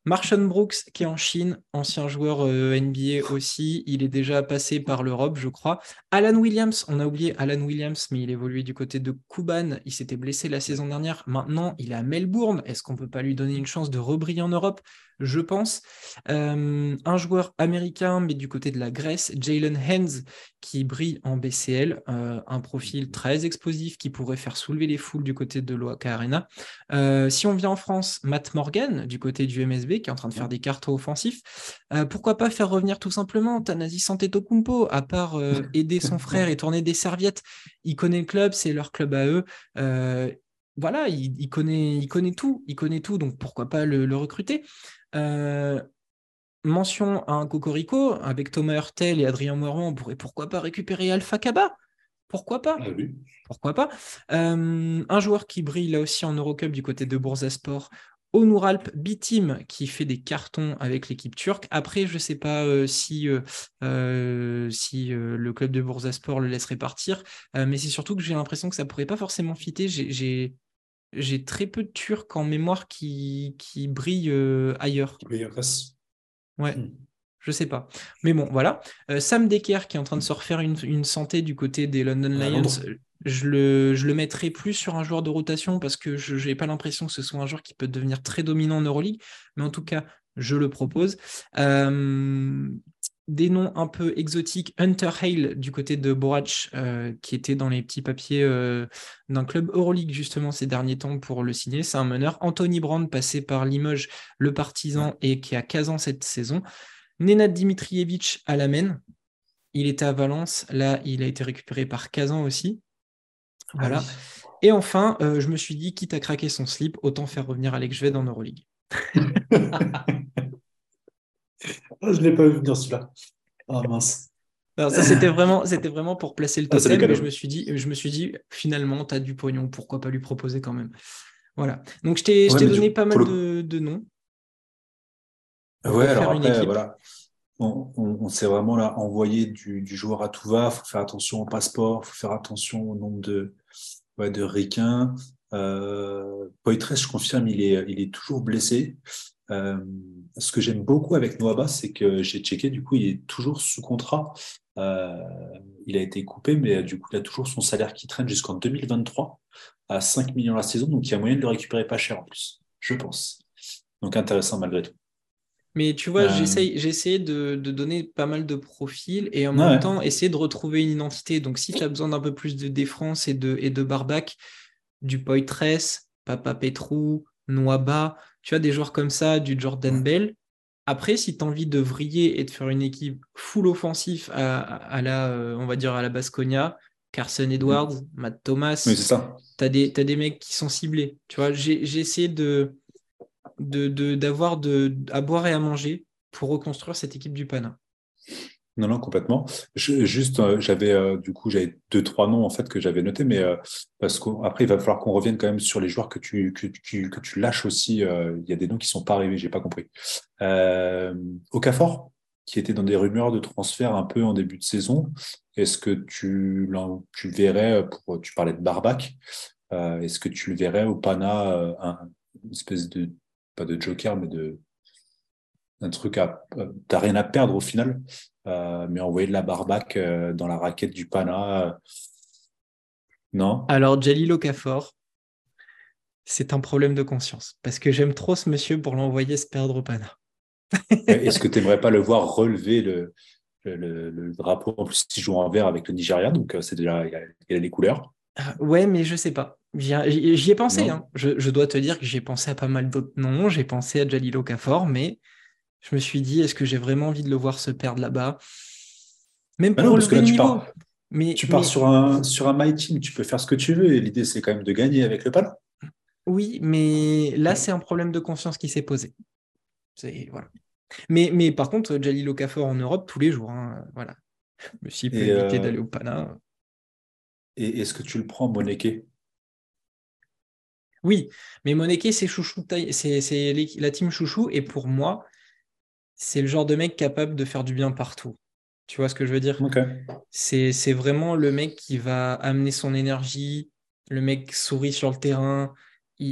Marshon Brooks, qui est en Chine, ancien joueur euh, N B A aussi. Il est déjà passé par l'Europe, je crois. Alan Williams, on a oublié Alan Williams, mais il évoluait du côté de Kuban. Il s'était blessé la saison dernière. Maintenant, il est à Melbourne. Est-ce qu'on peut pas lui donner une chance de rebriller en Europe? Je pense. Euh, un joueur américain, mais du côté de la Grèce, Jalen Haynes, qui brille en B C L. Euh, un profil très explosif qui pourrait faire soulever les foules du côté de l'O A K Arena. Euh, si on vient en France, Matt Morgan, du côté du M S B, qui est en train de faire des cartons offensifs. Euh, pourquoi pas faire revenir tout simplement Thanasis Antetokounmpo, à part euh, aider son frère et tourner des serviettes. Il connaît le club, c'est leur club à eux. Euh, voilà, il, il, connaît, il connaît tout, il connaît tout, donc pourquoi pas le, le recruter. Euh, mention à un cocorico, avec Thomas Hurtel et Adrien Moiron, on pourrait pourquoi pas récupérer Alpha Kaba. Pourquoi pas? Ah oui. Pourquoi pas? Euh, un joueur qui brille là aussi en Eurocup du côté de Bursaspor, Onuralp Bitim, qui fait des cartons avec l'équipe turque. Après, je ne sais pas euh, si, euh, euh, si euh, le club de Bursaspor le laisserait partir, euh, mais c'est surtout que j'ai l'impression que ça ne pourrait pas forcément fitter. J'ai, j'ai, j'ai très peu de Turcs en mémoire qui, qui brillent euh, ailleurs. Oui, en face. Ouais. Hmm. Je sais pas. Mais bon, voilà. Euh, Sam Dekker qui est en train de se refaire une, une santé du côté des London À Lions, Londres. je le, je le mettrai plus sur un joueur de rotation parce que je n'ai pas l'impression que ce soit un joueur qui peut devenir très dominant en Euroleague. Mais en tout cas, je le propose. Euh, des noms un peu exotiques. Hunter Hale du côté de Borac, euh, qui était dans les petits papiers euh, d'un club Euroleague justement ces derniers temps pour le signer. C'est un meneur. Anthony Brand, passé par Limoges, le Partizan, Ouais. et qui a quinze ans cette saison. Nenad Dimitrievich à la Maine. Il était à Valence. Là, il a été récupéré par Kazan aussi. Ah Voilà. oui. Et enfin, euh, je me suis dit, quitte à craquer son slip, autant faire revenir Alex Jved en Euroleague. Ah, je ne l'ai pas vu venir celui-là. Ah mince. Alors ça, c'était vraiment, c'était vraiment pour placer le Ah, c'est le totem, mais je cadeau. me suis dit, je me suis dit, finalement, tu as du pognon, pourquoi pas lui proposer quand même. Voilà. Donc, je t'ai, je Ouais, t'ai mais du, donné pas pour mal le coup. de, de noms pour Ouais, alors refaire une après, équipe. voilà. On, on, on s'est vraiment là envoyé du, du joueur à tout va. Faut faire attention au passeport, faut faire attention au nombre de, ouais, de requins. Euh, Poitres, je confirme, il est, il est toujours blessé. Euh, ce que j'aime beaucoup avec Noaba, c'est que j'ai checké, du coup, il est toujours sous contrat. Euh, il a été coupé, mais euh, du coup, il a toujours son salaire qui traîne jusqu'en deux mille vingt-trois à cinq millions la saison. Donc, il y a moyen de le récupérer pas cher en plus, je pense. Donc, intéressant malgré tout. Mais tu vois, Euh, j'essaye, j'ai essayé de, de donner pas mal de profils et en même ouais, temps essayer de retrouver une identité. Donc, si tu as besoin d'un peu plus de défense et de, et de barbac, du Poitres, Papa Petrou, Noaba, tu as des joueurs comme ça, du Jordan ouais. Bell. Après, si tu as envie de vriller et de faire une équipe full offensif à, à la, euh, on va dire à la Basconia, Carson Edwards, Mhm. Matt Oui, Thomas, c'est ça. tu as des, t'as des mecs qui sont ciblés. Tu vois, j'ai, j'ai essayé de de, de- d'avoir de, à boire et à manger pour reconstruire cette équipe du Pana. Non, non, complètement. Je- juste, euh, j'avais euh, du coup, j'avais deux, trois noms en fait que j'avais notés, mais euh, parce qu'après, il va falloir qu'on revienne quand même sur les joueurs que tu que, tu que tu lâches aussi. euh, Il y a des noms qui sont pas arrivés, j'ai pas compris. Euh, Okafor, qui était dans des rumeurs de transfert un peu en début de saison. Est-ce que tu, l'en- tu le verrais pour, tu parlais de Barbac, euh, est-ce que tu le verrais au Pana, euh, un, une espèce de, pas de joker, mais de un truc à, euh, t'as rien à perdre au final, euh, mais envoyer de la barbaque euh, dans la raquette du Pana, euh, non. Alors, Jalil Okafor, c'est un problème de conscience parce que j'aime trop ce monsieur pour l'envoyer se perdre au Pana. Est-ce que tu n'aimerais pas le voir relever le, le, le- le drapeau? En plus, il joue en vert avec le Nigeria, donc euh, c'est déjà, il y a, il y a les couleurs, Ouais, mais je sais pas. J'y j'y- j'y ai pensé, non? hein. Je, je dois te dire que j'ai pensé à pas mal d'autres noms. J'ai pensé à Jalil Okafor, mais je me suis dit, est-ce que j'ai vraiment envie de le voir se perdre là-bas? Même Ah pour non, parce que relever là, le tu niveau. pars, Mais, tu pars mais sur un, sur un My Team, tu peux faire ce que tu veux, et l'idée, c'est quand même de gagner avec le Pana. oui, mais là, c'est un problème de conscience qui s'est posé. C'est, voilà. Mais, mais par contre, Jalil Okafor en Europe tous les jours, hein. Voilà. Mais s'il peut Et, éviter euh, d'aller au Pana. et est-ce que tu le prends, Moneke? Oui, mais Moneke, c'est chouchou, taille- c'est c'est l'équi- la team chouchou. Et pour moi, c'est le genre de mec capable de faire du bien partout. Tu vois ce que je veux dire? Ok. C'est c'est vraiment le mec qui va amener son énergie. Le mec sourit sur le terrain. Il-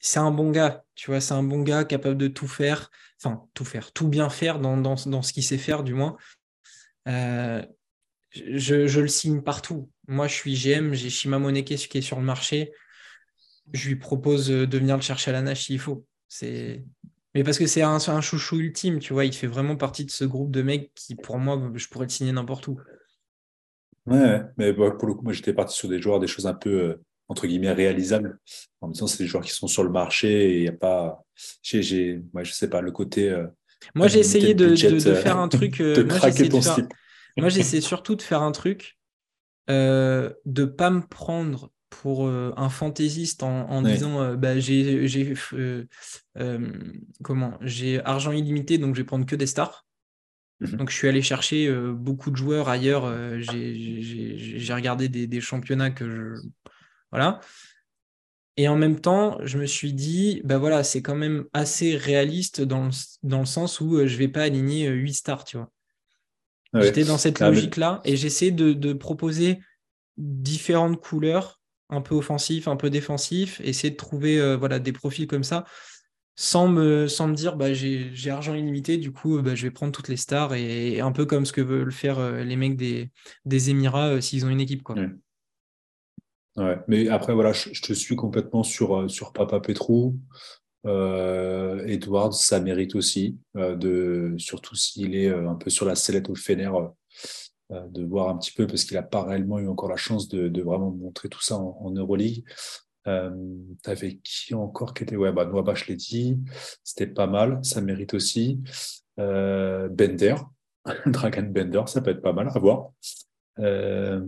c'est un bon gars, tu vois, c'est un bon gars capable de tout faire, enfin, tout faire, tout bien faire dans, dans, dans ce qu'il sait faire, du moins. Euh, je, je le signe partout. Moi, je suis G M, j'ai Shima Moneke qui est sur le marché. Je lui propose de venir le chercher à la nage s'il faut. C'est... Mais parce que c'est un, un chouchou ultime, tu vois, il fait vraiment partie de ce groupe de mecs qui, pour moi, je pourrais le signer n'importe où. Ouais, ouais. Mais bah, pour le coup, moi, j'étais parti sur des joueurs, des choses un peu, euh, entre guillemets, réalisables. En même temps, c'est des joueurs qui sont sur le marché et il n'y a pas, j'ai, j'ai, ouais, je sais pas, le côté euh, Moi, j'ai essayé unlimited de, budget, de, de euh, faire un truc. de euh, moi, j'ai craquer essayé de ton faire. slip. Moi, j'ai essayé surtout de faire un truc, euh, de pas me prendre pour euh, un fantaisiste en, en Ouais. disant euh, bah, j'ai, j'ai, euh, euh, comment, j'ai argent illimité, donc je vais prendre que des stars. Mhm. Donc, je suis allé chercher euh, beaucoup de joueurs ailleurs. euh, j'ai, j'ai, j'ai regardé des, des championnats que je. Voilà. Et en même temps, je me suis dit, bah voilà, c'est quand même assez réaliste dans le, dans le sens où euh, je vais pas aligner euh, huit stars, tu vois. Ouais. J'étais dans cette Ah, mais logique-là et j'essaie de, de proposer différentes couleurs, un peu offensif, un peu défensif, essayer de trouver euh, voilà, des profils comme ça, sans me, sans me dire bah, j'ai, j'ai argent illimité, du coup euh, bah, je vais prendre toutes les stars et, et un peu comme ce que veulent faire euh, les mecs des, des Émirats euh, s'ils ont une équipe, quoi. ouais. Ouais. Mais après, voilà, je, je te suis complètement sur, euh, sur Papa Petrou. Euh, Edwards, ça mérite aussi, euh, de, surtout s'il est euh, un peu sur la sellette au Fener, euh, euh, de voir un petit peu, parce qu'il n'a pas réellement eu encore la chance de, de vraiment montrer tout ça en, en Euroleague. Euh, T'avais qui encore qui était. Ouais, bah, Noah, je l'ai dit, c'était pas mal, ça mérite aussi. Euh, Bender, Dragon Bender, ça peut être pas mal à voir. Euh,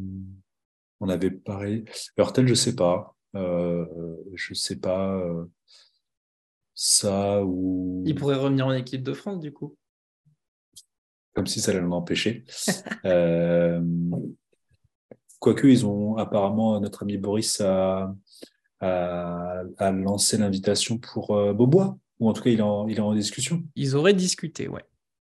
on avait pareil. Hurtel, je sais pas. Euh, je sais pas. euh, ça Il ou pourrait revenir en équipe de France, du coup. comme si ça allait l'en empêcher. Euh, quoique, ils ont apparemment, notre ami Boris a, a, a lancé l'invitation pour euh, Beaubois, ou en tout cas, il est en, il est en discussion. Ils auraient discuté, ouais.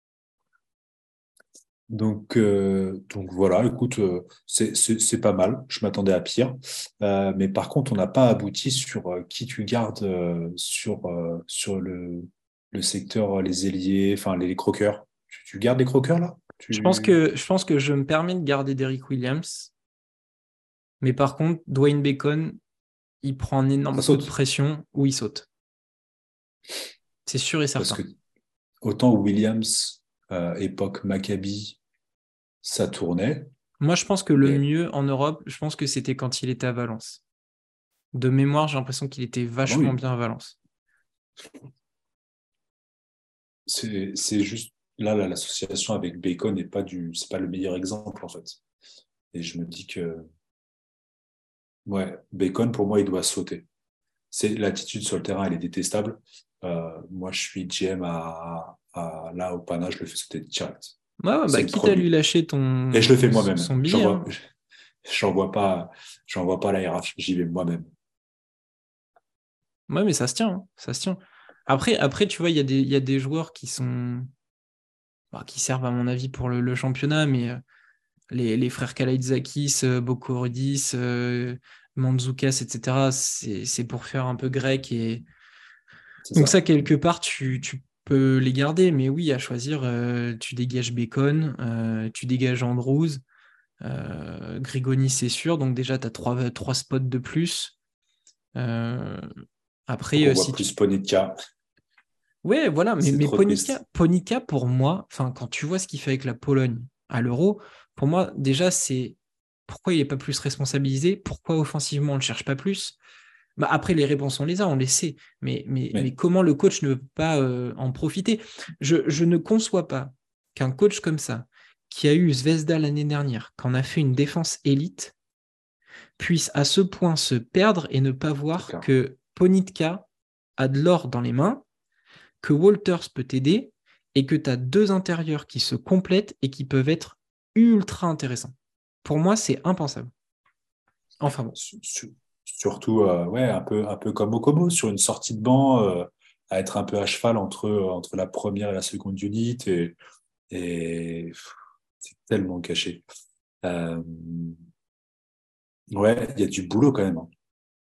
Donc, euh, donc voilà, écoute, euh, c'est c'est- c'est pas mal. Je m'attendais à pire. Euh, mais par contre, on n'a pas abouti sur euh, qui tu gardes euh, sur, euh, sur le, le secteur, euh, les ailiers, enfin les, les croqueurs. Tu, tu gardes les croqueurs là? Je pense Tu... que je pense que je me permets de garder Derrick Williams, mais par contre, Dwayne Bacon, il prend un Ça énorme coup de saute. pression ou il saute. C'est sûr et Parce que certain. autant Williams, euh, époque Maccabi, ça tournait, Moi, je pense que le mais mieux en Europe, je pense que c'était quand il était à Valence. De mémoire, j'ai l'impression qu'il était ah bah vachement oui, bien à Valence. c'est c'est juste là, là, l'association avec Bacon n'est pas du, c'est pas le meilleur exemple en fait. Et je me dis que ouais, Bacon pour moi il doit sauter. C'est l'attitude sur le terrain, elle est détestable. Euh, moi je suis G M à, à là au Pana, je le fais sauter direct. Ouais, ouais, C'est bah, le quitte à lui premier. lâcher Et je le ton, fais moi-même. son billet, J'envoie, hein. j'envoie pas, j'envoie pas la R H, j'y vais moi-même. Ouais, mais ça se tient, hein, ça se tient. Après, après, tu vois, il y a des, il y a des joueurs qui sont, bah, qui servent à mon avis pour le, le championnat, mais euh, les, les frères Kalaitzakis, euh, Bokorodis, euh, Mandzukas, et cetera, c'est, c'est pour faire un peu grec. Et C'est donc ça. ça, quelque part, tu, tu peux les garder. Mais oui, à choisir, euh, tu dégages Bacon, euh, tu dégages Andrews, euh, Grigoni, c'est sûr. Donc déjà, tu as trois, trois spots de plus. Euh, Faut après, qu'on euh, voit si tu... plus Ponitka. Ouais, voilà, mais, C'est mais trop Ponica, triste. Ponica, pour moi, enfin, quand tu vois ce qu'il fait avec la Pologne à l'Euro, pour moi, déjà, c'est pourquoi il n'est pas plus responsabilisé, pourquoi offensivement on ne le cherche pas plus. Bah, après, les réponses, on les a, on les sait, mais, mais, mais Mais comment le coach ne peut pas euh, en profiter? je, je ne conçois pas qu'un coach comme ça, qui a eu Zvezda l'année dernière, qui en a fait une défense élite, puisse à ce point se perdre et ne pas c'est voir clair. que Ponitka a de l'or dans les mains, que Walters peut t'aider et que tu as deux intérieurs qui se complètent et qui peuvent être ultra intéressants. Pour moi, c'est impensable. Enfin bon. Su- su- Surtout, euh, ouais, un peu, un peu comme Okobo, sur une sortie de banc, euh, à être un peu à cheval entre, entre la première et la seconde unit. Et, et pff, c'est tellement caché. Euh, ouais, il y a du boulot quand même, hein.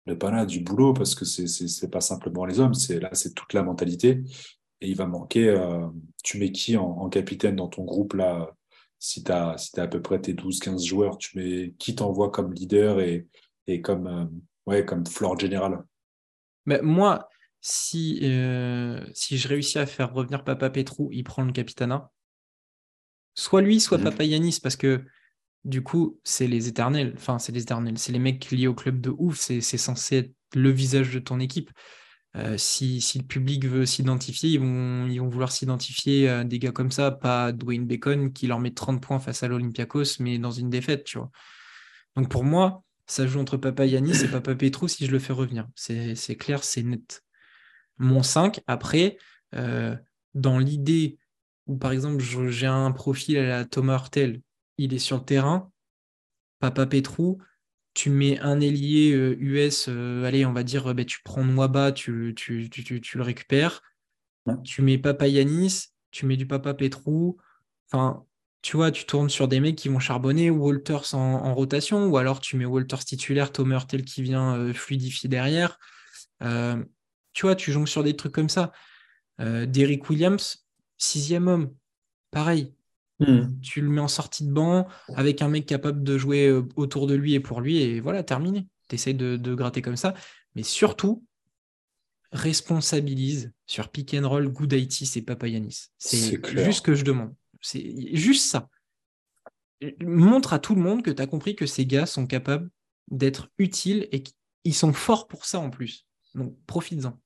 le Pana a du boulot parce que c'est c'est c'est pas simplement les hommes, c'est là c'est toute la mentalité et il va manquer. Euh, tu mets qui en, en capitaine dans ton groupe là? Si t'as si t'as à peu près tes douze quinze joueurs, tu mets qui t'envoie comme leader et et comme euh, ouais comme floor général. Mais moi, si, euh, si je réussis à faire revenir Papa Petrou, il prend le capitana. Soit lui, soit Mhm. Papa Yanis, parce que du coup, c'est les éternels. Enfin, c'est les éternels. C'est les mecs liés au club de ouf. C'est c'est censé être le visage de ton équipe. Euh, si, si le public veut s'identifier, ils vont, ils vont vouloir s'identifier à des gars comme ça, pas à Dwayne Bacon qui leur met trente points face à l'Olympiakos, mais dans une défaite, tu vois. Donc pour moi, ça joue entre Papa Yanis et Papa Petrou si je le fais revenir. C'est c'est clair, c'est net. Mon cinq après, euh, dans l'idée où par exemple je- j'ai un profil à la Thomas Hurtel, il est sur le terrain, Papa Petrou, tu mets un ailier euh, U S, euh, allez, on va dire, euh, ben, tu prends Nwaba, tu, tu, tu, tu, tu le récupères, Ouais. tu mets Papa Yanis, tu mets du Papa Petrou, enfin, tu vois, tu tournes sur des mecs qui vont charbonner, Walters en, en rotation, ou alors tu mets Walters titulaire, Thomas Hurtel qui vient euh, fluidifier derrière. Euh, tu vois, tu jongles sur des trucs comme ça. Euh, Derrick Williams, sixième homme, pareil. Mhm. Tu le mets en sortie de banc avec un mec capable de jouer euh, autour de lui et pour lui, et voilà, terminé. Tu essayes de, de gratter comme ça. Mais surtout, responsabilise sur pick and roll Goudaitis et Papayanis. C'est C'est juste ce clair. que je demande. C'est juste ça. Montre à tout le monde que tu as compris que ces gars sont capables d'être utiles et qu'ils sont forts pour ça en plus. Donc profites-en.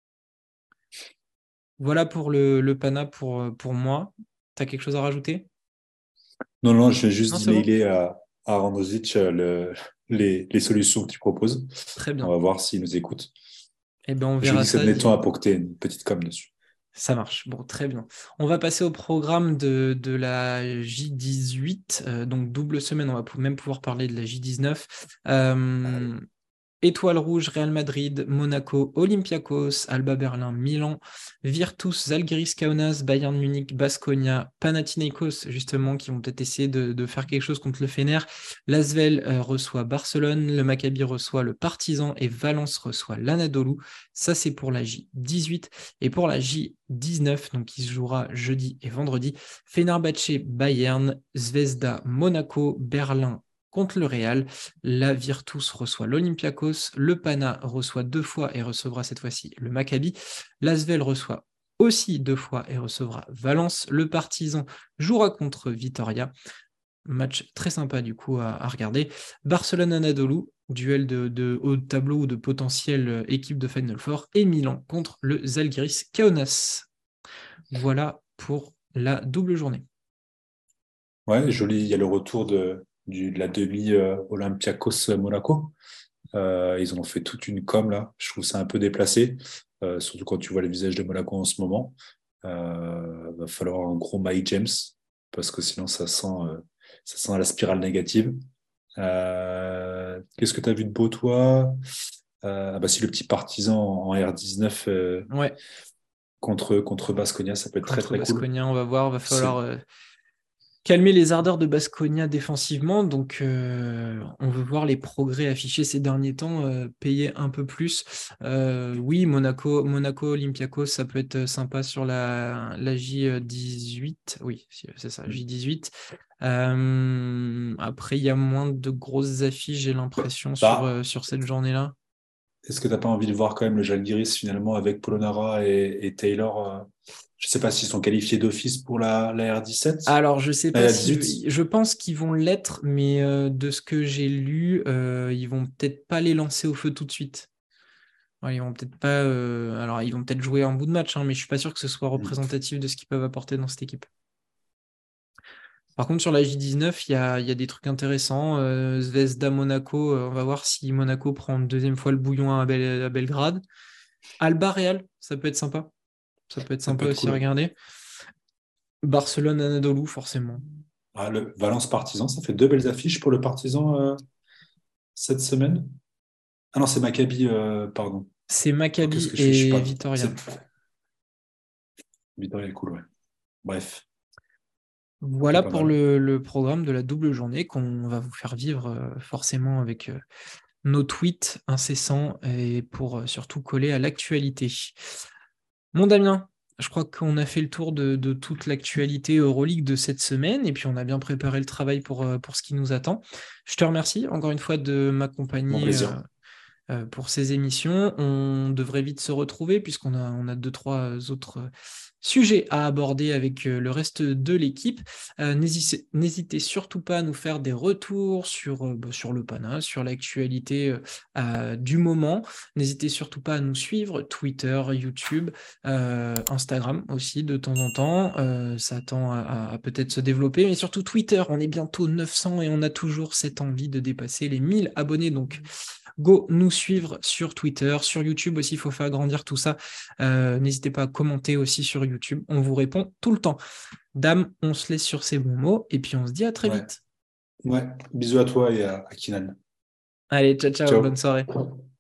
Voilà pour le, le Pana pour, pour moi. Tu as quelque chose à rajouter? Non, non, je vais Non, juste c'est bon? emailer à, à Randozic euh, le, les, les solutions que tu proposes. Très On bien. va voir s'il nous écoute. Eh bien, on Je lui verra dis que ça ça. met temps pour que tu aies une petite com dessus. Ça marche. Bon, très bien. On va passer au programme de, de la J dix-huit. Euh, donc, double semaine. On va pou- même pouvoir parler de la J dix-neuf. Euh, Étoile Rouge, Real Madrid, Monaco, Olympiakos, Alba Berlin, Milan, Virtus, Zalgiris Kaunas, Bayern Munich, Baskonia, Panathinaikos, justement, qui vont peut-être essayer de, de faire quelque chose contre le Fener. L'Asvel euh, reçoit Barcelone, le Maccabi reçoit le Partizan et Valence reçoit l'Anadolu. Ça, c'est pour la J dix-huit. Et pour la J dix-neuf, donc qui se jouera jeudi et vendredi, Fenerbahçe, Bayern, Zvezda, Monaco, Berlin, contre le Real. La Virtus reçoit l'Olympiakos. Le Pana reçoit deux fois et recevra cette fois-ci le Maccabi. L'Asvel reçoit aussi deux fois et recevra Valence. Le Partizan jouera contre Vitoria. Match très sympa du coup à, à regarder. Barcelone-Anadolu, duel de, de haut de tableau ou de potentielle équipe de Final Four. Et Milan contre le Zalgiris Kaunas. Voilà pour la double journée. Ouais, joli. Il y a le retour de, du, de la demi euh, Olympiakos-Monaco. Euh, ils en ont fait toute une com là. Je trouve ça un peu déplacé, euh, surtout quand tu vois les visages de Monaco en ce moment. Euh, va falloir un gros Mike James parce que sinon ça sent, euh, ça sent la spirale négative. Euh, Qu'est-ce que tu as vu de beau toi? Euh, ah bah si le petit partisan en R dix-neuf euh, Ouais, contre contre Baskonia, ça peut être très contre très cool. Basconia, on va voir. Va falloir C'est euh, calmer les ardeurs de Baskonia défensivement. Donc, euh, on veut voir les progrès affichés ces derniers temps, euh, payer un peu plus. Euh, oui, Monaco, Monaco, Olympiakos, ça peut être sympa sur la, la J dix-huit. Oui, c'est ça, J dix-huit. Euh, après, il y a moins de grosses affiches, j'ai l'impression, sur, bah, euh, sur cette journée-là. est-ce que tu n'as pas envie de voir quand même le Žalgiris finalement avec Polonara et, et Taylor euh, je ne sais pas s'ils sont qualifiés d'office pour la, la R dix-sept, Alors, je sais pas la si R dix-huit. je pense qu'ils vont l'être, mais euh, de ce que j'ai lu, euh, ils vont peut-être pas les lancer au feu tout de suite. Ouais, ils vont peut-être pas. Euh, Alors, ils vont peut-être jouer un bout de match, hein, mais je suis pas sûr que ce soit représentatif de ce qu'ils peuvent apporter dans cette équipe. Par contre, sur la J dix-neuf, il y a, il y a des trucs intéressants. Euh, Zvezda Monaco, euh, on va voir si Monaco prend une deuxième fois le bouillon à, Bel- à Belgrade. Alba Real, ça peut être sympa. Ça peut être Ça peut sympa être aussi à cool. regarder. Barcelone Anadolu, forcément. Ah, le Valence Partizan, ça fait deux belles affiches pour le Partizan euh, cette semaine. Ah non, c'est Maccabi, euh, pardon. C'est Oh, qu'est-ce Maccabi que je suis? Je suis et pas. Vitoria. C'est Victoria est cool, ouais. Bref, c'est Voilà pas pour mal. le, le programme de la double journée qu'on va vous faire vivre euh, forcément avec, euh, nos tweets incessants et pour euh, surtout coller à l'actualité. Mon Damien, je crois qu'on a fait le tour de, de toute l'actualité Euroleague de cette semaine et puis on a bien préparé le travail pour, euh, pour ce qui nous attend. Je te remercie encore une fois de Mon m'accompagner euh, plaisir. euh, pour ces émissions. On devrait vite se retrouver puisqu'on a, on a deux, trois autres euh, sujets à aborder avec euh, le reste de l'équipe. Euh, n'hésitez, n'hésitez surtout pas à nous faire des retours sur, euh, bah, sur le Pana, sur l'actualité euh, euh, du moment. N'hésitez surtout pas à nous suivre, Twitter, YouTube, euh, Instagram aussi de temps en temps. Euh, ça tend à, à- à peut-être se développer, mais surtout Twitter. On est bientôt neuf cents et on a toujours cette envie de dépasser les mille abonnés. Donc, go nous suivre sur Twitter, sur YouTube aussi, il faut faire grandir tout ça. Euh, n'hésitez pas à commenter aussi sur YouTube, on vous répond tout le temps. Dame, on se laisse sur ces bons mots et puis on se dit à très Ouais. vite. Ouais. Bisous à toi et à, à Kinan. Allez, ciao, ciao, bonne Ciao. soirée.